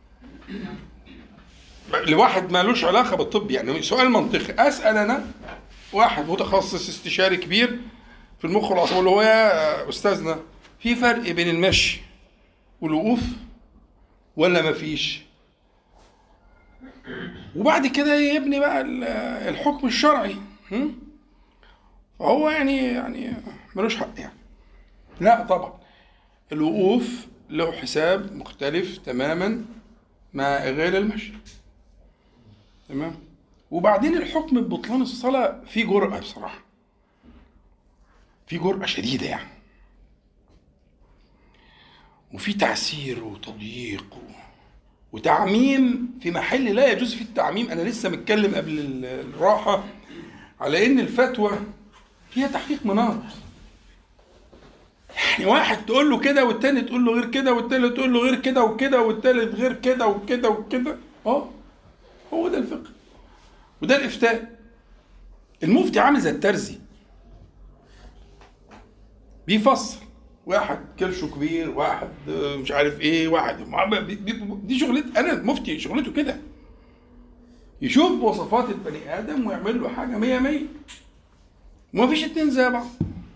لواحد ما لوش علاقة بالطب، يعني سؤال منطقي. أسأل أنا واحد متخصص استشاري كبير في المخ والأعصاب اللي هو يا أستاذنا في فرق بين المشي والوقوف ولا مفيش؟ وبعد كده يبني بقى الحكم الشرعي. فهو يعني يعني ملوش حق يعني. لا طبعا الوقوف له حساب مختلف تماما مع غير المشي. تمام. وبعدين الحكم ببطلان الصلاة فيه جرأة بصراحة، فيه جرأة شديدة يعني، وفي تعسير وتضييق وتعميم في محل لا يجوز فيه التعميم. أنا لسه متكلم قبل الراحة على إن الفتوى فيها تحقيق مناط. يعني واحد تقول له كده والتاني تقول له غير كده والتالت تقول له غير كده وكده والتالت غير كده وكده وكده. اه هو ده الفقه وده الإفتاء. المفتي عامل زي الترزي بيفصل، واحد كرشه كبير، واحد مش عارف ايه، واحد دي شغلته. انا المفتي شغلته كده، يشوف وصفات البني ادم ويعمل له حاجه مية مية، ومفيش اتنين زي بعض.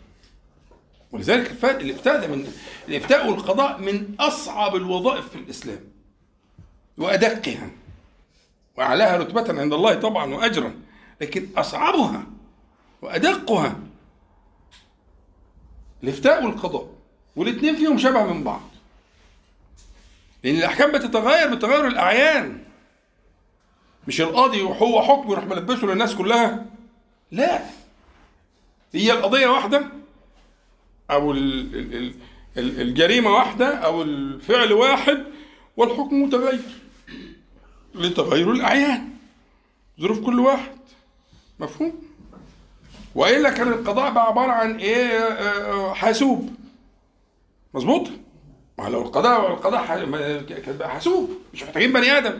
ولذلك الافتاء ده من الافتاء والقضاء من اصعب الوظائف في الاسلام وادقها واعلاها رتبه عند الله طبعا واجرا، لكن اصعبها وادقها الافتاء والقضاء، والاثنين فيهم شبه من بعض، لان الاحكام بتتغير بتغير الاعيان. مش القاضي وهو حكم يروح ملبسه للناس كلها، لا، هي القضيه واحده او الجريمه واحده او الفعل واحد والحكم متغير لتغير الاعيان. ظروف كل واحد، مفهوم؟ وإلا كان القضاء بقى عبارة عن إيه؟ حاسوب، مظبوط؟ ما لو القضاء القضاء كان بقى حاسوب، مش محتاجين بني آدم.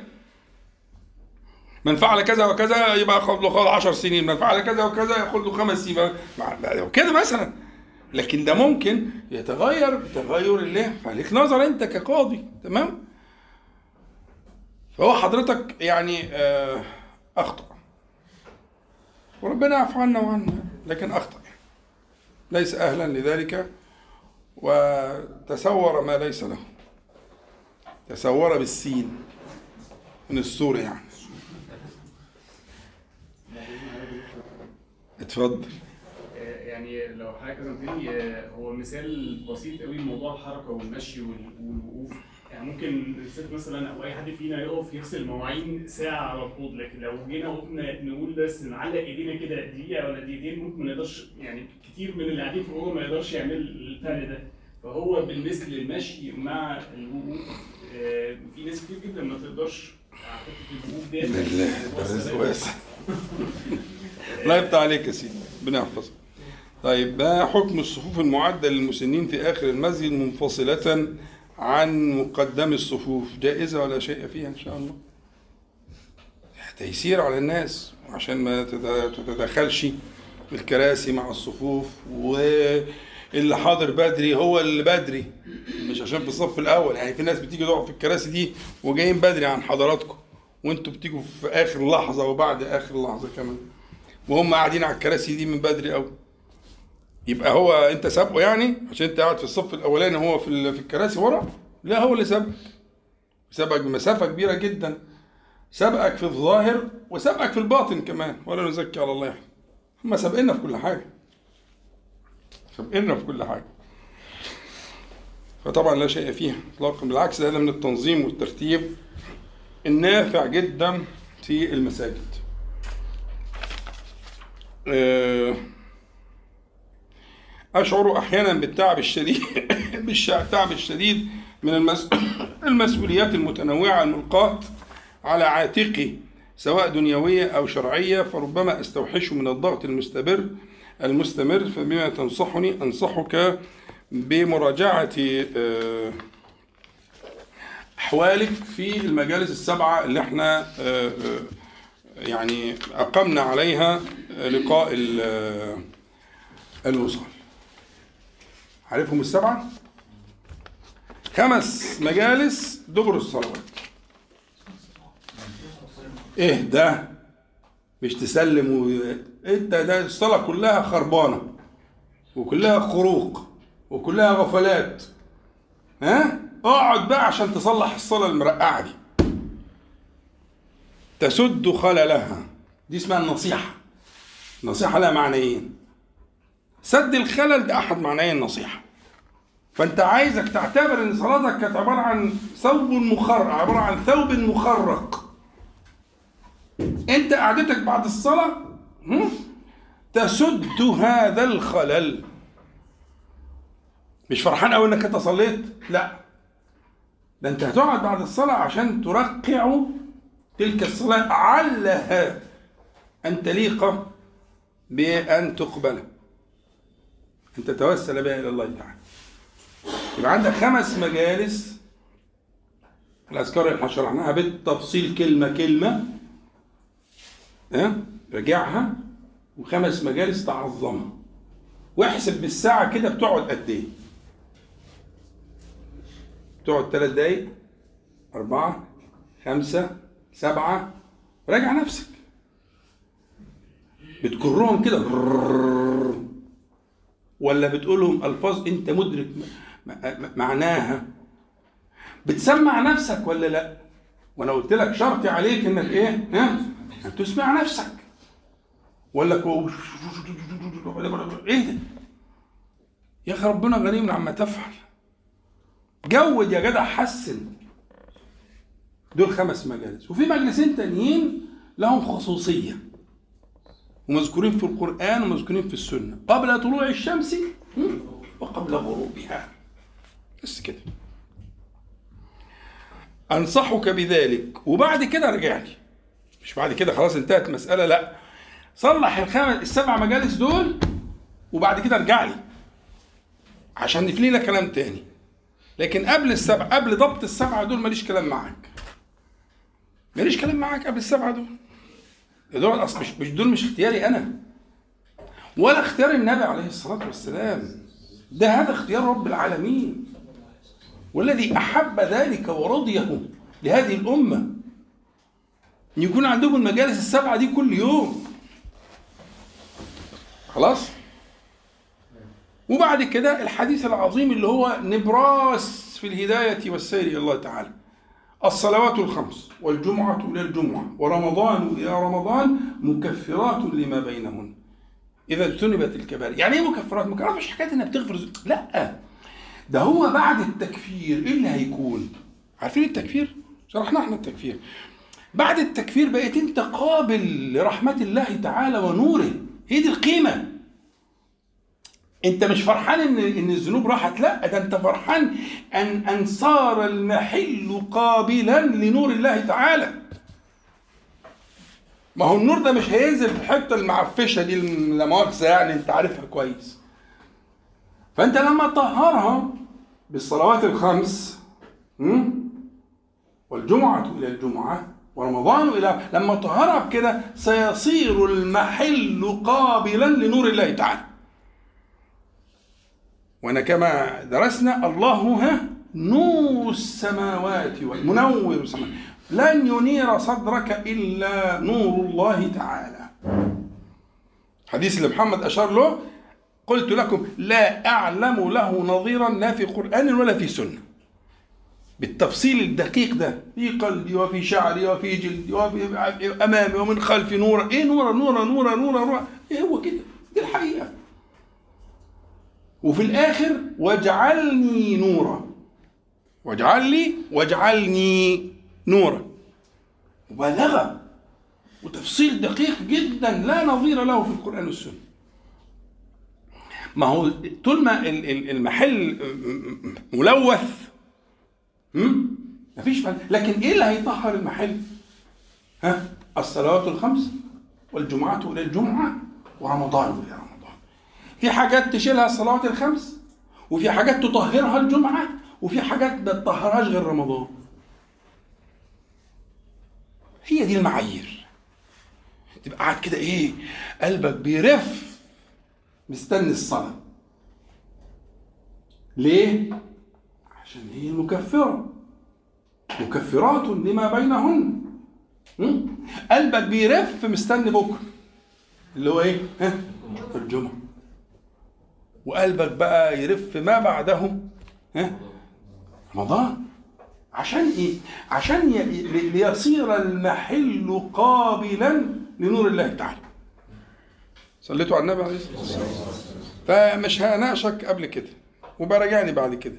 من فعل كذا وكذا يبقى ياخد له عشر سنين، من فعل كذا وكذا ياخد له خمس سنين كده مثلا. لكن ده ممكن يتغير تغير الله، فعليك نظر انت كقاضي، تمام؟ فهو حضرتك يعني اخطأ، وربنا يعفو عنا وعنا، لكن اخطأ ليس اهلا لذلك، وتسور ما ليس له. تسور بالسين من السور يعني. اتفضل. يعني لو حضرتك قلت لي هو مثال بسيط قوي لموضوع الحركه والمشي والوقوف، يعني ممكن الست مثلا او اي حد فينا يقف يغسل المواعين ساعه على الحوض، لكن لو جينا وقفنا نقول بس نعلق ايدينا كده دقيقه ولا دقيقتين ممكن ما نقدرش، يعني كتير من اللي قاعدين في الاوضه ما يقدرش يعمل الفرق ده. فهو بالنسبه للمشي مع الوقوف في ناس كتير جدا ما تقدرش على حته الوقوف ديت. بالله واسع. الله يفتح عليك يا سيدي، ربنا يحفظك. طيب، ما حكم الصفوف المعدة للمسنين في آخر المسجد منفصلة عن مقدم الصفوف؟ جائزة ولا شيء فيها إن شاء الله، تيسير على الناس عشان ما تتدخلش الكراسي مع الصفوف، واللي حاضر بدري هو اللي بدري، مش عشان في الصف الأول. يعني في ناس بتيجي تقعد في الكراسي دي وجايين بدري عن حضراتكم، وانتوا بتيجوا في آخر لحظة وبعد آخر لحظة كمان، وهم قاعدين على الكراسي دي من بدري قوي. يبقى هو انت سابقه يعني عشان انت قاعد في الصف الاولاني هو في في الكراسي ورا؟ لا، هو اللي سابقك، سابقك بمسافه كبيره جدا، سابقك في الظاهر وسابقك في الباطن كمان، ولا نزكي على الله. هم سابقنا في كل حاجه، سابقنا في كل حاجه، فطبعا لا شيء فيها اطلاقا، بالعكس هذا من التنظيم والترتيب النافع جدا في المساجد. أشعر أحيانا بالتعب الشديد بالتعب الشديد من المسؤوليات المتنوعة الملقاة على عاتقي سواء دنيوية أو شرعية، فربما أستوحش من الضغط المستمر المستمر فبما تنصحني أنصحك بمراجعة أحوالك في المجالس السبعة اللي احنا يعني أقمنا عليها لقاء الوصال. عارفهم السبعة؟ خمس مجالس دبر الصلوات. ايه ده؟ مش تسلم و... انت ده الصلاة كلها خربانة وكلها خروق وكلها غفلات. ها؟ اقعد بقى عشان تصلح الصلاة المرقعة دي، تسد خللها. دي اسمها النصيحة. النصيحة لها معنيين، سد الخلل ده أحد معناي النصيحة. فأنت عايزك تعتبر إن صلاتك كانت عبارة عن ثوب مخرق، عبارة عن ثوب مخرق. أنت قعدتك بعد الصلاة تسد هذا الخلل. مش فرحان أوي إنك أنت صليت، لا، ده أنت هتقعد بعد الصلاة عشان ترقع تلك الصلاة علها أن تليق بأن تقبل، أن تتوسل بها إلى الله تعالى. يبقى عندك خمس مجالس، الأذكار اللي شرحناها بالتفصيل كلمة كلمة، ها راجعها، وخمس مجالس تعظمها، واحسب بالساعة كده بتقعد قد إيه. بتقعد ثلاث دقايق، أربعة، خمسة، سبعة، راجع نفسك. بتكرهم كده ولا بتقولهم ألفاظ أنت مدرك معناها؟ بتسمع نفسك ولا لا؟ وأنا قلت لك شرطي عليك إنك إيه؟ ها؟ أن تسمع نفسك، ولا إيه ده؟ يا أخي ربنا غني عما تفعل. جود يا جدع، حسن. دول خمس مجالس، وفي مجلسين تانيين لهم خصوصية ومذكورين في القرآن ومذكورين في السنة، قبل طلوع الشمس وقبل غروبها، بس كده. أنصحك بذلك، وبعد كده رجع لي مش بعد كده خلاص انتهت المسألة، لا، صلح الخمس السبع مجالس دول وبعد كده ارجع لي عشان نفلي لك كلام تاني. لكن قبل السبع، قبل ضبط السبعة دول ماليش كلام معاك، ماليش كلام معاك قبل السبعة دول. دول أصل مش مش دول مش اختياري أنا ولا اختيار النبي عليه الصلاة والسلام، ده هذا اختيار رب العالمين والذي أحب ذلك ورضيه لهذه الأمة أن يكون عندهم المجالس السبعة دي كل يوم. خلاص؟ وبعد كده الحديث العظيم اللي هو نبراس في الهداية والسير إلى الله تعالى: الصلوات الخمس والجمعة إلى الجمعة ورمضان إلى رمضان مكفرات لما بينهن إذا اجتنبت الكبائر. يعني إيه مكفرات؟ مكفرات مش حكاية إنها بتغفر، لا، ده هو بعد التكفير إيه اللي هيكون؟ عارفين التكفير؟ شرحنا احنا التكفير. بعد التكفير بقيت أنت قابل لرحمة الله تعالى ونوره، هي دي القيمة. أنت مش فرحان إن إن الذنوب راحت، لا، ده أنت فرحان أن أن صار المحل قابلا لنور الله تعالى. ما هو النور ده مش هينزل في الحتة المعفشة دي لا مؤاخذة، يعني أنت عارفها كويس. فأنت لما تطهرها بالصلوات الخمس والجمعة إلى الجمعة ورمضان إلى، لما تطهرها بكده سيصير المحل قابلا لنور الله تعالى. وانا كما درسنا الله ها نور السماوات والمنور السماوات، لن ينير صدرك الا نور الله تعالى. حديث اللي محمد اشار له: قلت لكم لا اعلم له نظيرا لا في قرآن ولا في سنة، بالتفصيل الدقيق ده، في قلبي وفي شعري وفي جلدي وفي امامي ومن خلفي نورا. ايه نورا نورا نورا نورا نورا؟ ايه هو كده؟ دي الحقيقة. وفي الآخر واجعلني نورا، واجعل لي واجعلني نورا، مبالغة وتفصيل دقيق جدا لا نظير له في القرآن والسنة. ما هو طول ما المحل ملوث مفيش فن. لكن ايه اللي هيطهر المحل؟ ها؟ الصلوات الخمس والجمعة إلى الجمعة ورمضان إلى رمضان. في حاجات تشيلها الصلوات الخمس، وفي حاجات تطهرها الجمعة، وفي حاجات ما تطهرهاش غير رمضان. هي دي المعايير. تبقى قاعد كده ايه، قلبك بيرف مستني الصلاة. ليه؟ عشان هي مكفرة، مكفرات لما بينهن. قلبك بيرف مستني بكرة اللي هو ايه؟ ها؟ الجمعة. وقلبك بقى يرف ما بعده ها؟ رمضان. عشان ايه؟ عشان ليصير المحل قابلا لنور الله تعالى. صليتوا على النبي عليه الصلاة والسلام. فمش هناقشك قبل كده وبرجعني بعد كده.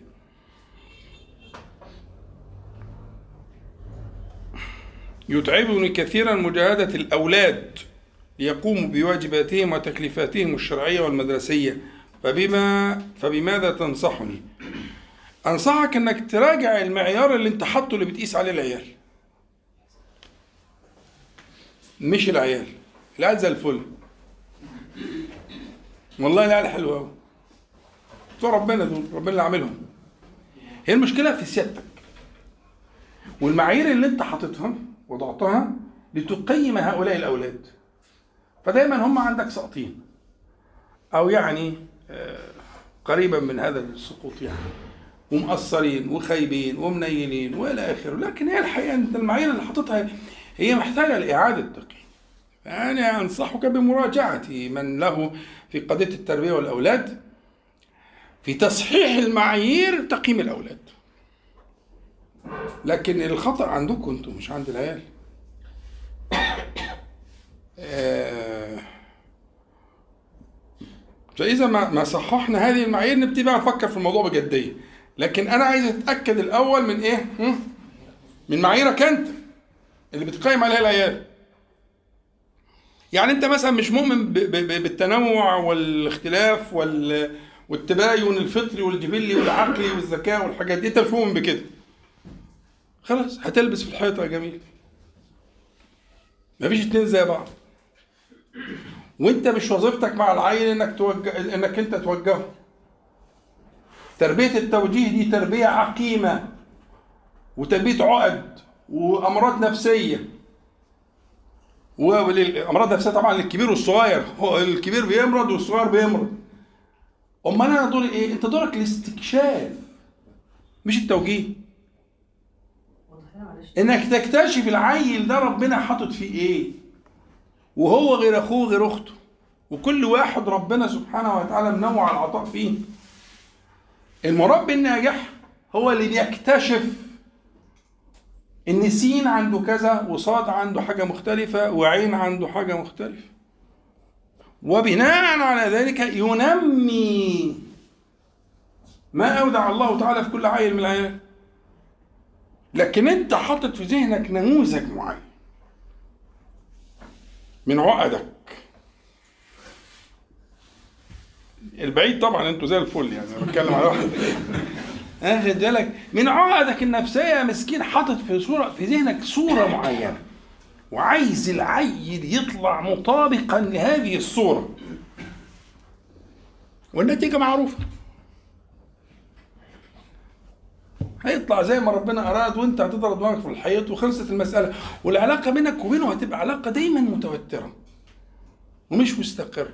يتعبني كثيرا مجاهدة الأولاد ليقوموا بواجباتهم وتكليفاتهم الشرعية والمدرسية، فبما فبماذا تنصحني؟ أنصحك أنك تراجع المعيار اللي أنت حاطه اللي بتقيس عليه العيال، مش العيال. العيال زي الفل والله، العيال حلوة أوي بتوع ربنا دول، ربنا اللي عاملهم. هي المشكلة في سيادتك والمعايير اللي أنت حاططها وضعتها لتقيم هؤلاء الأولاد. فدايما هم عندك ساقطين أو يعني قريبا من هذا السقوط يعني، ومقصرين وخايبين ومنيلين والى اخره. لكن هي الحقيقه انت المعايير اللي حاططها هي محتاجه لاعاده تقييم. فانا انصحك بمراجعه من له في قضيه التربيه والاولاد في تصحيح المعايير تقييم الاولاد. لكن الخطا عندكم انتم مش عند العيال. فإذا ما ما صححنا هذه المعايير نبتدي بقى نفكر في الموضوع بجدية. لكن أنا عايز أتأكد الأول من إيه؟ من معاييرك أنت اللي بتقيم عليها العيال. يعني أنت مثلا مش مؤمن بالتنوع والاختلاف والتباين الفطري والجبلي والعقلي والذكاء والحاجات دي، أنت مش مؤمن بكده. خلاص هتلبس في الحيطة يا جميل. مفيش اتنين زي بعض. وانت مش وظيفتك مع العيل انك توجه، انك انت توجهه. تربية التوجيه دي تربية عقيمة، وتربية عقد وامراض نفسية. وامراض نفسية طبعا للكبير والصغير، هو الكبير بيمرض والصغير بيمرض. امال انا دوري ايه؟ انت دورك الاستكشاف مش التوجيه. انك تكتشف العيل ده ربنا حاطط فيه ايه، وهو غير اخوه غير اخته، وكل واحد ربنا سبحانه وتعالى منوع العطاء فيه. المربي الناجح هو اللي بيكتشف ان سين عنده كذا وصاد عنده حاجة مختلفة وعين عنده حاجة مختلفة، وبناء على ذلك ينمي ما أودع الله تعالى في كل عيل من العيال. لكن انت حاطط في ذهنك نموذج معين من عقدك البعيد، طبعا انتوا زي الفل يعني، انا بتكلم على واحد اخد بالك من عقدك النفسيه، مسكين حاطط في صوره في ذهنك صوره معينه، وعايز العيل يطلع مطابقا لهذه الصوره، والنتيجه معروفه، هيطلع زي ما ربنا اراد، وانت هتضرب دماغك في الحيط وخلصت المساله. والعلاقه بينك وبينه هتبقى علاقه دايما متوتره ومش مستقره.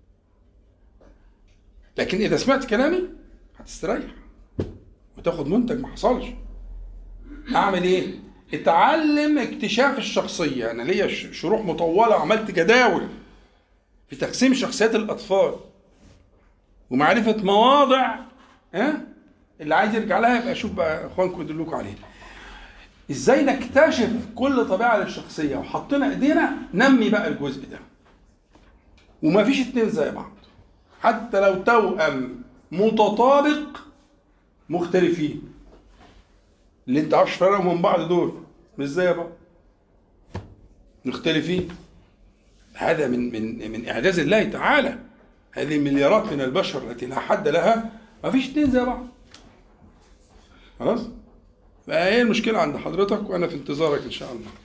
لكن اذا سمعت كلامي هتستريح وتاخد منتج ما حصلش. اعمل ايه؟ اتعلم اكتشاف الشخصيه. انا ليا شروح مطوله، عملت جداول في تقسيم شخصيات الاطفال ومعرفه مواضع ها اللي عايز يرجع لها يبقى شوف بقى اخوانكم يدلوكوا عليها. ازاي نكتشف كل طبيعه للشخصيه، وحطينا ايدينا نمي بقى الجزء ده. ومفيش اتنين زي بعض، حتى لو توأم متطابق مختلفين، اللي انت عارفش فرقهم من بعض دول مش زي بعض، مختلفين. هذا من من من اعجاز الله تعالى. هذه المليارات من البشر التي لا حد لها، مفيش اتنين زي بعض. خلاص؟ فهي المشكلة عند حضرتك، وأنا في انتظارك إن شاء الله.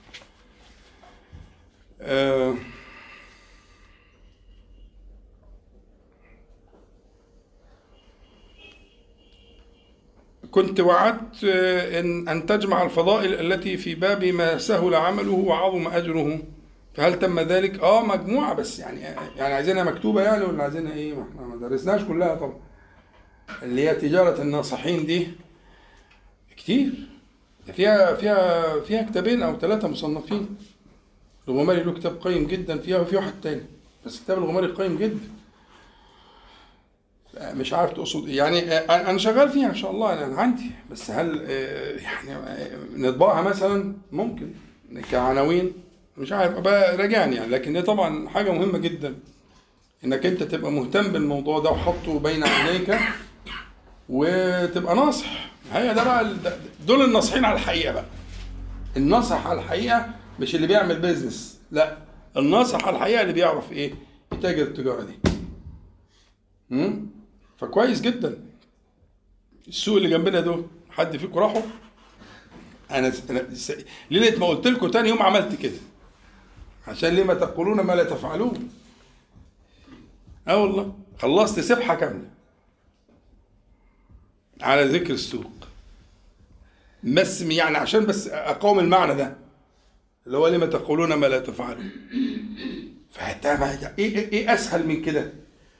آه كنت وعدت إن أن تجمع الفضائل التي في باب ما سهل عمله وعظم أجره، فهل تم ذلك؟ آه مجموعة، بس يعني يعني عايزينها مكتوبة يعني، ولا عايزينها إيه؟ ما احنا ما درسناش كلها طبعا. اللي هي تجارة الناصحين دي كتير، فيها فيها فيها كتابين او ثلاثه مصنفين. الغماري له كتاب قيم جدا فيها، وفي واحد تاني، بس كتاب الغماري قيم جدا. مش عارف تقصد ايه يعني. انا شغال فيها ان شاء الله، انا عندي، بس هل يعني نطبعها مثلا؟ ممكن كعناوين، مش عارف ابقى راجعني يعني. لكن دي طبعا حاجه مهمه جدا انك انت تبقى مهتم بالموضوع ده وحطه بين عينيك وتبقى ناصح. هي ده بقى، دول الناصحين على الحقيقه بقى. الناصح على الحقيقه مش اللي بيعمل بيزنس، لا، الناصح على الحقيقه اللي بيعرف ايه يتاجر التجاره دي. امم فكويس جدا. السوق اللي جنبنا دول حد فيكم راحوا؟ انا ليله ما قلت لكم تاني يوم عملت كده، عشان ليه ما تقولون ما لا تفعلون. اه والله خلصت سبحه كامله على ذكر السوق، بس يعني عشان بس اقوم المعنى ده اللي هو لما تقولون ما لا تفعلون. فهتابع ايه ايه اسهل من كده؟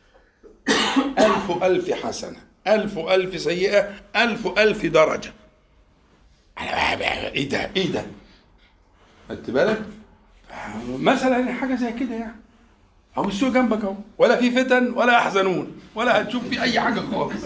الف الف حسنه، الف الف سيئه، الف الف درجه. ايه ده ايه ده؟ خدت بالك؟ مثلا حاجه زي كده يعني. اهو السوق جنبك اهو، ولا في فتن ولا يحزنون، ولا هتشوف في اي حاجه خالص.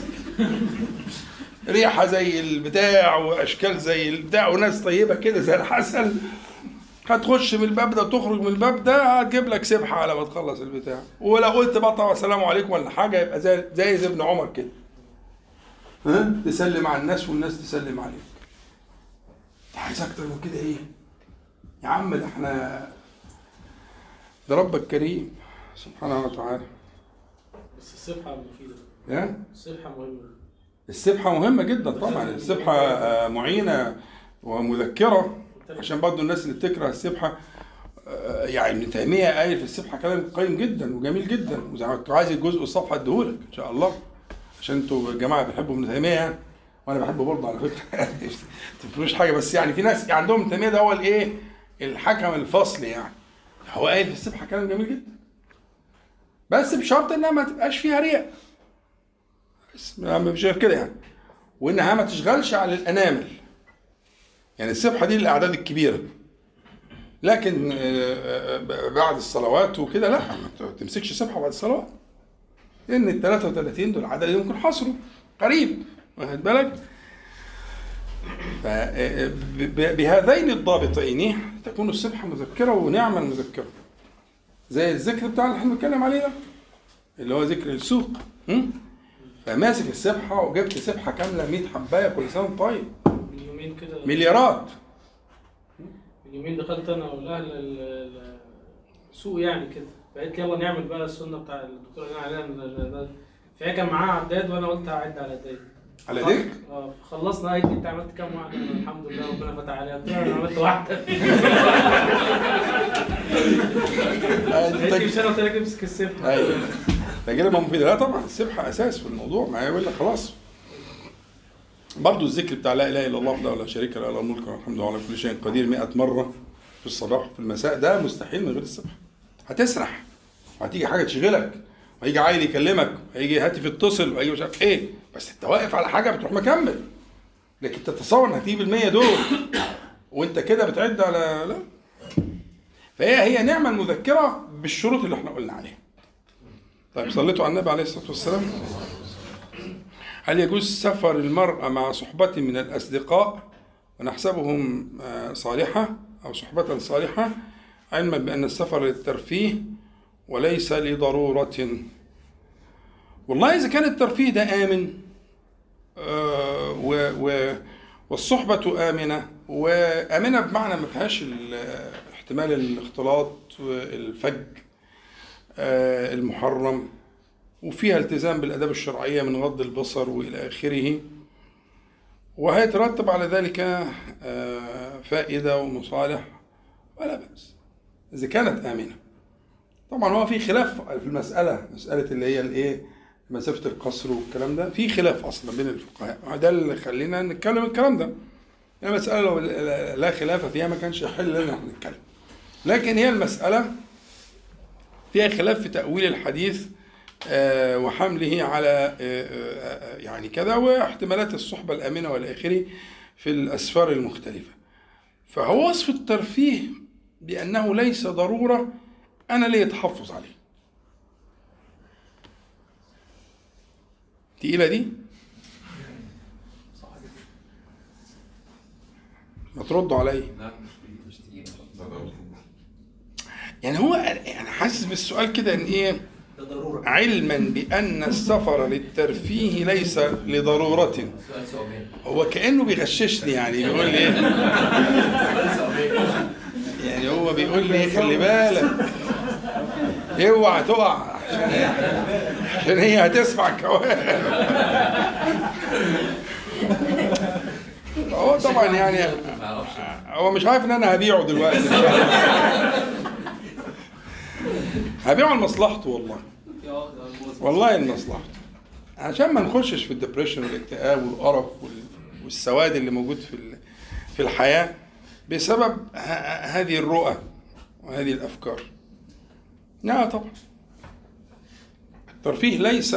ريحه زي البتاع واشكال زي البتاع وناس طيبه كده زي الحسن. هتخش من الباب ده وتخرج من الباب ده هتجيب لك سبحه على ما تخلص البتاع. ولو قلت بقى طبعا السلام عليكم ولا حاجه يبقى زي زي ابن عمر كده، ها تسلم على الناس والناس تسلم عليك. عايز اكتر من كده ايه يا عم؟ ده احنا ده ربك كريم سبحانه وتعالى. بس السبحه مفيده. ها السبحه مهمه. السبحه مهمه جدا طبعا. السبحه معينه ومذكره، عشان برضه الناس اللي بتكره السبحه يعني ابن تيمية قايل في السبحة كلام قيم جدا وجميل جدا، وزي ما انتوا عايز الجزء الصفحة اديهولك ان شاء الله، عشان انتوا يا جماعة بتحبوا ابن تيمية يعني، وانا بحبه برضه على فكرة ما تفرقوش حاجة، بس يعني في ناس عندهم ابن تيمية ده هو الايه؟ الحكم الفصل يعني. هو قايل في السبحة كلام جميل جدا، بس بشرط انها ما تبقاش فيها رياء. بس مش غير كده يعني. وانها ما تشغلش على الانامل. يعني السبحة دي للاعداد الكبيرة. لكن بعد الصلوات وكده لا، ما تمسكش سبحة بعد الصلوات. لان ال ثلاثة وثلاثين دول عدد يمكن حصره قريب، واخد بالك؟ بهذين الضابطين تكون السبحة مذكرة ونعمة المذكرة. زي الذكر بتاع اللي احنا بنتكلم عليه ده، اللي هو ذكر السوق. فماسك السبحة وجبت سبحة كاملة مية حباية كل سنة طيب. من يومين كده مليارات. من يومين دخلت انا والاهل السوق يعني كده، فقلت يلا نعمل بقى السنة بتاع الدكتور اللي عليها، فهي كان معاها عداد وانا قلت هعد على ايديا. على ايديك؟ اه خلصنا. قالت لي انت عملت كام واحدة؟ الحمد لله ربنا فتح عليها. قلت لها انا عملت واحدة. قالت لي مش انا قلت لك امسك السبحة. ايوه ده كده مفيدة. لا طبعا السبحة اساس في الموضوع، ما يقول لك خلاص. برضو الذكر بتاع لا اله الا الله وحده لا شريك له له الملك والحمد لله على كل شيء قدير مئة مرة في الصباح وفي المساء، ده مستحيل من غير السبحة. هتسرح وهتيجي حاجة تشغلك، وهيجي عيل يكلمك، وهيجي هاتف يتصل، وهيجي مش عارف ايه، بس انت واقف على حاجة بتروح مكمل. لكن تتصور انك تجيب المية دول وانت كده بتعد على لا. فهي هي نعمة المذكرة بالشروط اللي احنا قلنا عليها. طيب صليتوا على النبي عليه الصلاة والسلام. هل يجوز سفر المرأة مع صحبة من الأصدقاء ونحسبهم صالحة أو صحبة صالحة، علما بأن السفر للترفيه وليس لضرورة؟ والله إذا كان الترفيه ده آمن والصحبة آمنة، وآمنة بمعنى ما فيهاش احتمال الاختلاط والفج المحرم، وفيها التزام بالآداب الشرعية من غض البصر وإلى آخره، وهيترتب على ذلك فائدة ومصالح، ولا بأس إذا كانت آمنة. طبعا هو في خلاف في المسألة، مسألة اللي هي الإيه، مسافة القصر والكلام ده، في خلاف أصلا بين الفقهاء، ده اللي خلينا نتكلم الكلام ده. المسألة لو لا خلاف فيها ما كانش يحل لنا نتكلم، لكن هي المسألة فيها خلاف في تأويل الحديث وحمله على يعني كذا، واحتمالات الصحبة الآمنة والى آخره في الأسفار المختلفة. فهو وصف الترفيه بأنه ليس ضرورة، أنا ليه أتحفظ عليه؟ تقيلة دي؟ ما تردوا علي. يعني هو يعني حاسس بالسؤال كده إن إيه؟ علما بأن السفر للترفيه ليس لضرورة. هو كأنه بيغششني، يعني بيقول لي يعني هو بيقول لي خلي بالك اوعى تقع عشان هي هتسمع كوارث. هو طبعا يعني هو مش عارف ان انا هبيعه دلوقتي، هبيعه لمصلحته والله، والله لمصلحته، عشان ما نخشش في الدبريشن والاكتئاب والقرف والسواد اللي موجود في في الحياة بسبب هذه الرؤى وهذه الأفكار. لا طبعا الترفيه ليس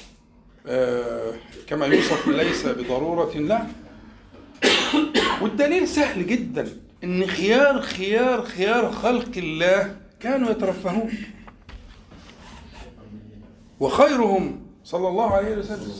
كما يوصف ليس بضرورة، لا. والدليل سهل جدا، ان خيار خيار خيار خلق الله كانوا يترفهون، وخيرهم صلى الله عليه وسلم.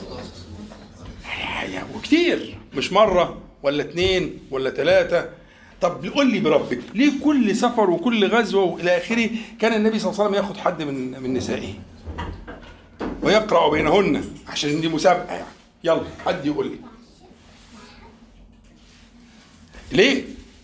وكتير، مش مرة ولا اتنين ولا تلاتة. طب قول لي بربك، ليه كل سفر وكل غزوة وإلى آخره كان النبي صلى الله عليه وسلم ياخد حد من من نسائه ويقرأ بينهن، عشان دي مسابقة يعني؟ يلا حد يقول لي ليه؟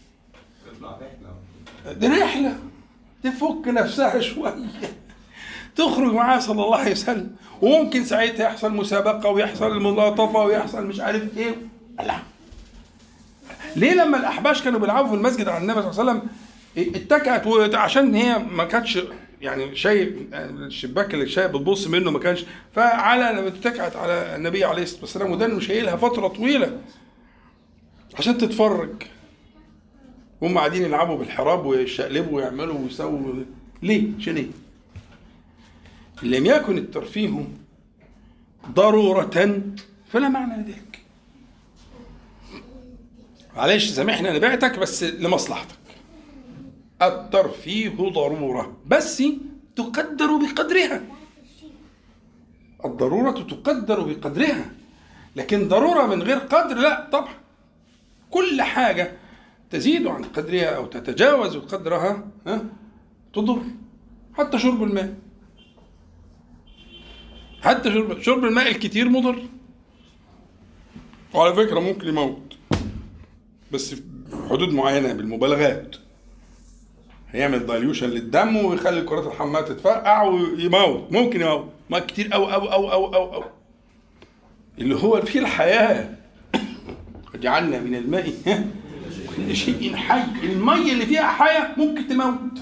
دي رحلة تفك نفسها شوية، تخرج معاه صلى الله عليه وسلم، وممكن ساعتها يحصل مسابقة ويحصل الملاطفة ويحصل مش عارف ايه. لا، ليه لما الأحباش كانوا بيلعبوا في المسجد على النبي صلى الله عليه وسلم اتكأت وعشان هي ما كانتش يعني شايف الشباك اللي شايف بتبص منه ما كانش، فعلى لما اتكأت على النبي عليه الصلاه والسلام وده شايلها فتره طويله عشان تتفرج. هم قاعدين يلعبوا بالحراب ويشقلبوا ويعملوا ويسووا. ليه؟ عشان ايه؟ لم يكن الترفيه ضرورة فلا معنى لذلك. معلش سامحني انا بعتك بس لمصلحتك. الترفيه ضرورة بس تقدر بقدرها. الضرورة تقدر بقدرها، لكن ضرورة من غير قدر لا طبعا. كل حاجة تزيد عن قدرها أو تتجاوز قدرها ها تضر. حتى شرب الماء، حتى شرب, شرب الماء الكتير مضر، وعلى فكرة ممكن يموت بس في حدود معينة بالمبالغات. هيعمل دايليوشن للدم ويخلي الكرات الحمراء تتفرقع ويموت، ممكن يموت ماء كتير أو أو أو أو أو, أو. اللي هو فيه الحياة. وجعلنا من الماء كل شيء حي. المية اللي فيها حياة ممكن تموت.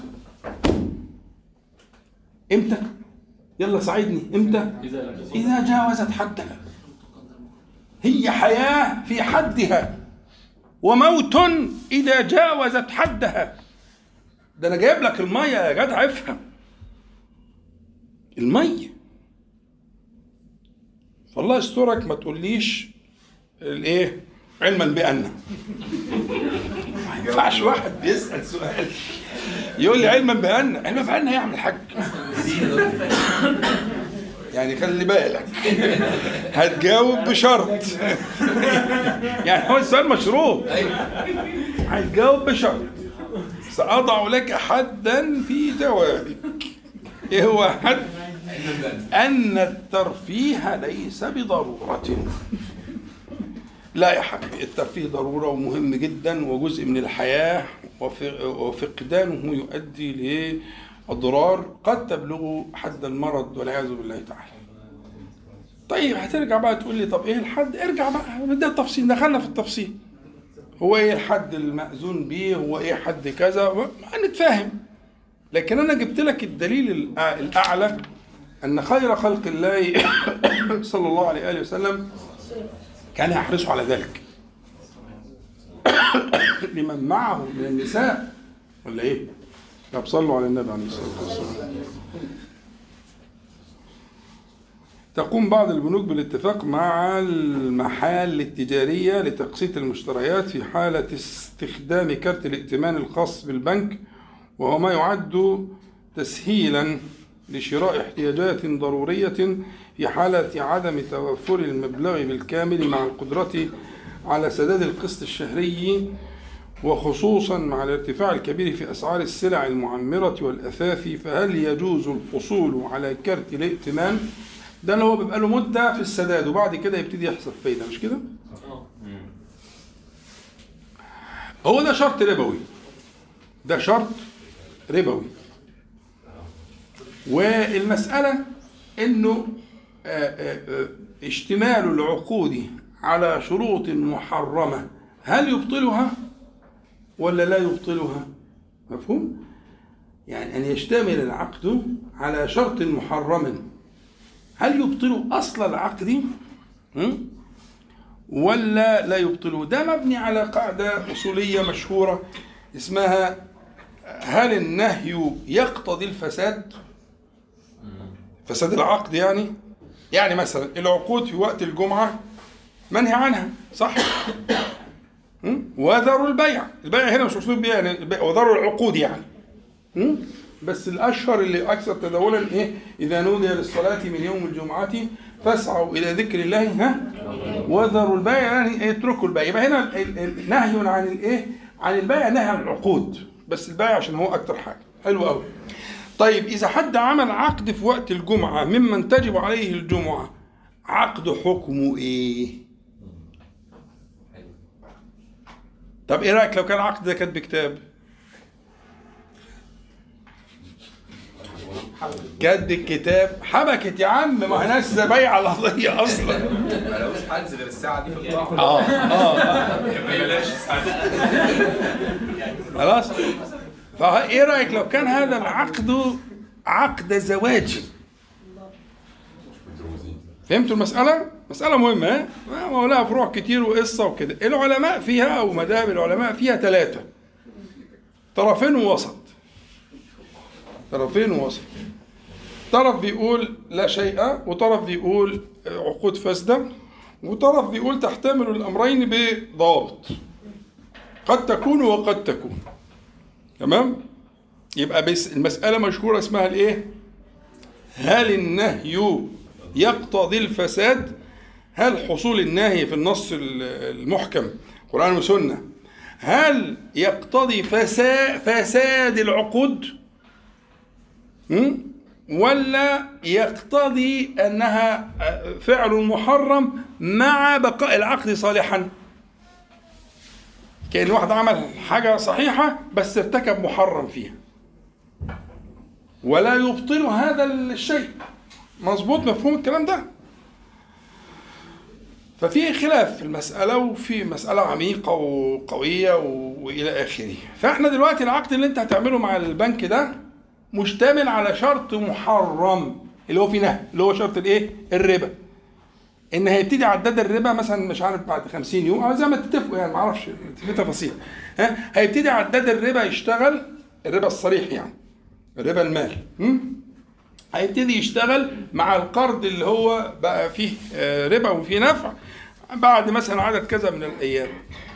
امتى؟ يلا ساعدني. امتى؟ إذا جاوزت حدها. هي حياة في حدها وموت إذا جاوزت حدها. ده أنا جايب لك المية يا جدع افهم. المية والله يسترك ما تقوليش الايه علما بأن. ما ينفعش واحد بيسأل سؤال يقول لي علما بأن. علما بأن يعمل حاج يعني خلي بالك هتجاوب بشرط. يعني هو السؤال مشروط. هتجاوب بشرط سأضع لك حدا في جوابك. ايه هو حد؟ أن الترفيه ليس بضرورة. لا يا حبيبي، الترفيه ضرورة ومهم جدا وجزء من الحياة، وفقدانه يؤدي لأضرار قد تبلغ حد المرض والعياذ بالله تعالى. طيب هترجع بقى تقول لي طب ايه الحد؟ ارجع بقى ده التفصيل، دخلنا في التفصيل. هو ايه الحد المأذون به؟ هو ايه حد كذا؟ هنتفاهم. لكن انا جبت لك الدليل الأعلى أن خير خلق الله صلى الله عليه وآله وسلم كان يحرص على ذلك لمن معه من النساء. ولا ايه؟ طب صلوا على النبي عليه الصلاة والسلام. تقوم بعض البنوك بالاتفاق مع المحال التجارية لتقسيط المشتريات في حالة استخدام كارت الائتمان الخاص بالبنك، وهو ما يعد تسهيلا لشراء احتياجات ضرورية في حالة عدم توفر المبلغ بالكامل مع القدرة على سداد القسط الشهري، وخصوصا مع الارتفاع الكبير في أسعار السلع المعمرة والأثاث. فهل يجوز الحصول على كارت الائتمان؟ ده اللي هو بيبقى له مدة في السداد وبعد كده يبتدي يحصل فايدة، مش كده؟ هو ده شرط ربوي، ده شرط ربوي. والمسألة إنه اشتمال العقود على شروط محرمة هل يبطلها ولا لا يبطلها؟ مفهوم؟ يعني أن يشتمل العقد على شرط محرم هل يبطل أصل العقد ولا لا يبطله؟ ده مبني على قاعدة أصولية مشهورة اسمها هل النهي يقتضي الفساد؟ فساد العقد يعني يعني مثلا العقود في وقت الجمعة منهي عنها، صح؟ وذروا البيع. البيع هنا مش مقصود بيها يعني وذروا العقود يعني. بس الأشهر اللي أكثر تداولا إيه؟ إذا نودي للصلاة من يوم الجمعة فاسعوا إلى ذكر الله ها وذروا البيع يعني اتركوا البيع. يبقى هنا نهي عن الإيه؟ عن البيع، نهي عن العقود، بس البيع عشان هو أكتر حاجة. حلو قوي. طيب إذا حد عمل عقد في وقت الجمعة ممن تجب عليه الجمعة، عقد حكمه إيه؟ طب إيه رأيك لو كان العقد ده كاتب بكتاب؟ كاتب الكتاب حبكت يا عم، ما هي ناس بايعة القضية أصلا. ما لقوش حجز غير الساعة دي في الطاقة. آه آه ما بلاش الساعة دي. خلاص. فايه رايك لو كان هذا العقد عقد زواج؟ فهمتوا المساله؟ مساله مهمه، ها ولها فروع كتير وقصه وكده. العلماء فيها او مذاهب العلماء فيها ثلاثه، طرفين ووسط. طرفين ووسط. طرف بيقول لا شيء، وطرف بيقول عقود فاسده، وطرف بيقول تحتمل الامرين بضوابط، قد تكون وقد تكون. تمام؟ يبقى بس المسألة مشهورة اسمها الايه؟ هل النهي يقتضي الفساد؟ هل حصول النهي في النص المحكم قرآن وسنة هل يقتضي فساد فساد العقود؟ ولا يقتضي أنها فعل محرم مع بقاء العقد صالحا؟ كأن واحد عمل حاجة صحيحة بس ارتكب محرم فيها، ولا يبطل هذا الشيء. مظبوط؟ مفهوم الكلام ده؟ ففي خلاف في المسألة، وفي مسألة عميقة وقوية وإلى آخره. فإحنا دلوقتي العقد اللي أنت هتعمله مع البنك ده مشتمل على شرط محرم اللي هو في نهي، اللي هو شرط الإيه؟ الربا. إن هيبتدي عداد الربا مثلا مش عارف بعد خمسين يوم أو زي ما تتفقوا، يعني معرفش في تفاصيل. ها هيبتدي عداد الربا يشتغل، الربا الصريح يعني الربا المال، هيبتدي يشتغل مع القرض اللي هو بقى فيه ربا وفيه نفع بعد مثلا عدد كذا من الأيام.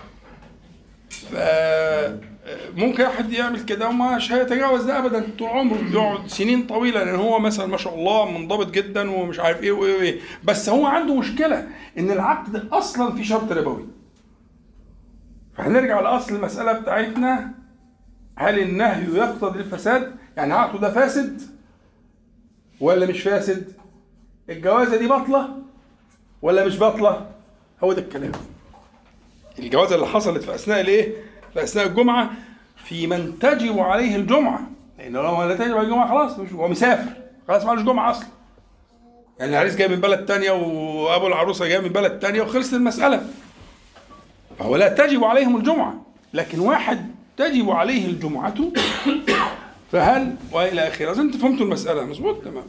ممكن أحد يعمل كده ومش هيتجاوز ده أبدا طول عمره، يقعد سنين طويلة، لأن هو مثلا ما شاء الله منضبط جدا ومش عارف إيه وإيه وإيه، بس هو عنده مشكلة إن العقد أصلا في شرط ربوي. فهنرجع لأصل المسألة بتاعتنا، هل النهي يقتضي الفساد؟ يعني عقده ده فاسد ولا مش فاسد؟ الجوازة دي بطلة ولا مش بطلة؟ هو ده الكلام. الجوازة اللي حصلت في أثناء الإيه؟ في أثناء الجمعة في من تجب عليه الجمعة، لأن لو لا تجب عليه الجمعة خلاص مش هو مسافر، خلاص معلوش جمعة أصلا. يعني العريس جاي من بلد تانية وأبو العروسة جاي من بلد تانية وخلصت المسألة. فهو لا تجب عليهم الجمعة، لكن واحد تجب عليه الجمعة فهل وإلى آخره. أظن أنتم فهمتوا المسألة مظبوط؟ تمام.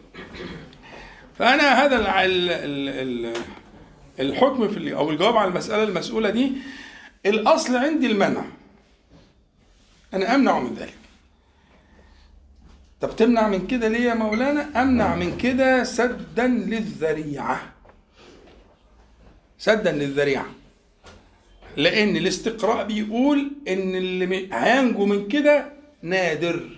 فأنا هذا ال ال الحكم في أو الجواب على المسألة المسؤولة دي، الأصل عندي المنع، أنا أمنع من ذلك. طب تمنع من كده ليه يا مولانا؟ أمنع من كده سدا للذريعة، سدا للذريعة، لأن الاستقراء بيقول إن اللي هينجو من كده نادر.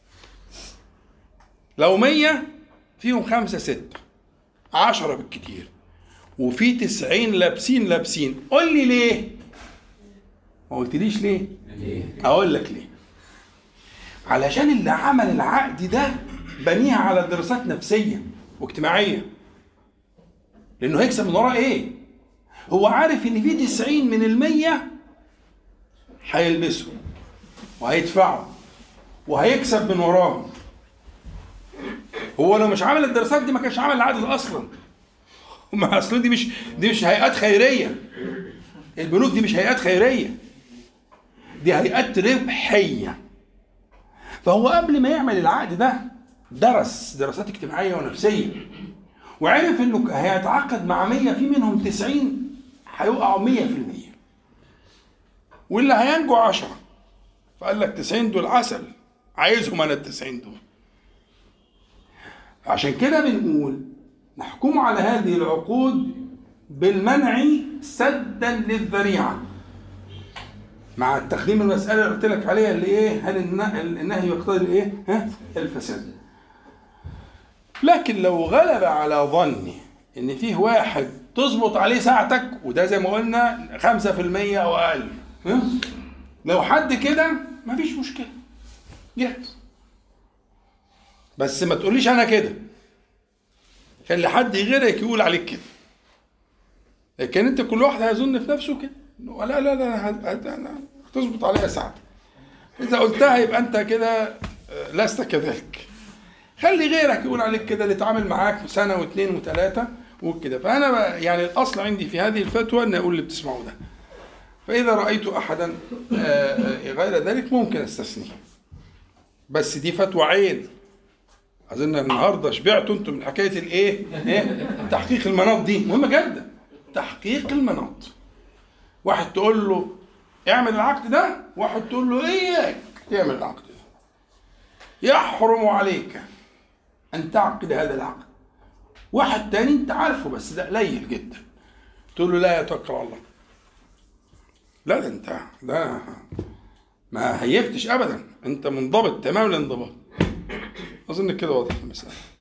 لو مية فيهم خمسة ستة عشرة بالكتير، وفي تسعين لابسين لابسين. قول لي ليه؟ ما قلتليش ليه؟ أقول لك ليه. علشان اللي عمل العقد ده بنيها على دراسات نفسية واجتماعية، لأنه هيكسب من وراه إيه؟ هو عارف إن في تسعين من المية هيلبسوا وهيدفعوا وهيكسب من وراهم. هو لو مش عامل الدراسات دي ما كانش عامل العقد اصلا. ما اصل دي مش دي مش هيئات خيريه، البنوك دي مش هيئات خيريه، دي هيئات ربحيه. فهو قبل ما يعمل العقد ده درس دراسات اجتماعيه ونفسيه، وعرف انه هيتعاقد مع مية، في منهم تسعين هيقعوا مية في المية، واللي هينجو عشرة. فقال لك تسعين دول عسل، عايزهم انا التسعين دول. عشان كده بنقول نحكم على هذه العقود بالمنع سدا للذريعة، مع التقديم المسألة اللي قلت لك عليها اللي ايه؟ هل النهي يقتضي الايه؟ ها؟ الفساد. لكن لو غلب على ظني ان فيه واحد تظبط عليه ساعتك، وده زي ما قلنا خمسة في المية او اقل، ها؟ لو حد كده مفيش مشكلة، جاهز. بس ما تقوليش انا كده، خلي حد غيرك يقول عليك كده. لكن انت كل واحد هيظن في نفسه كده، لا لا لا هتظبط عليها ساعتك. اذا قلتها يبقى انت كده لست كذلك. خلي غيرك يقول عليك كده، اللي اتعامل معاك سنه واثنين وثلاثه وكده. فانا يعني الاصل عندي في هذه الفتوى ان اقول اللي بتسمعوا ده. فاذا رايت احدا غير ذلك ممكن استثنيه. بس دي فتوى عين. اظن النهارده شبعتوا انتم من حكايه الايه؟ ايه؟ تحقيق المناط دي مهمه جدا. تحقيق المناط. واحد تقول له اعمل العقد ده، واحد تقول له اياك تعمل العقد ده. يحرم عليك ان تعقد هذا العقد. واحد تاني انت عارفه بس ده قليل جدا، تقول له لا يتوكل على الله. لا ده انت ده ما هيفتش ابدا، انت منضبط تمام الانضباط. اظن كده واضح المسألة.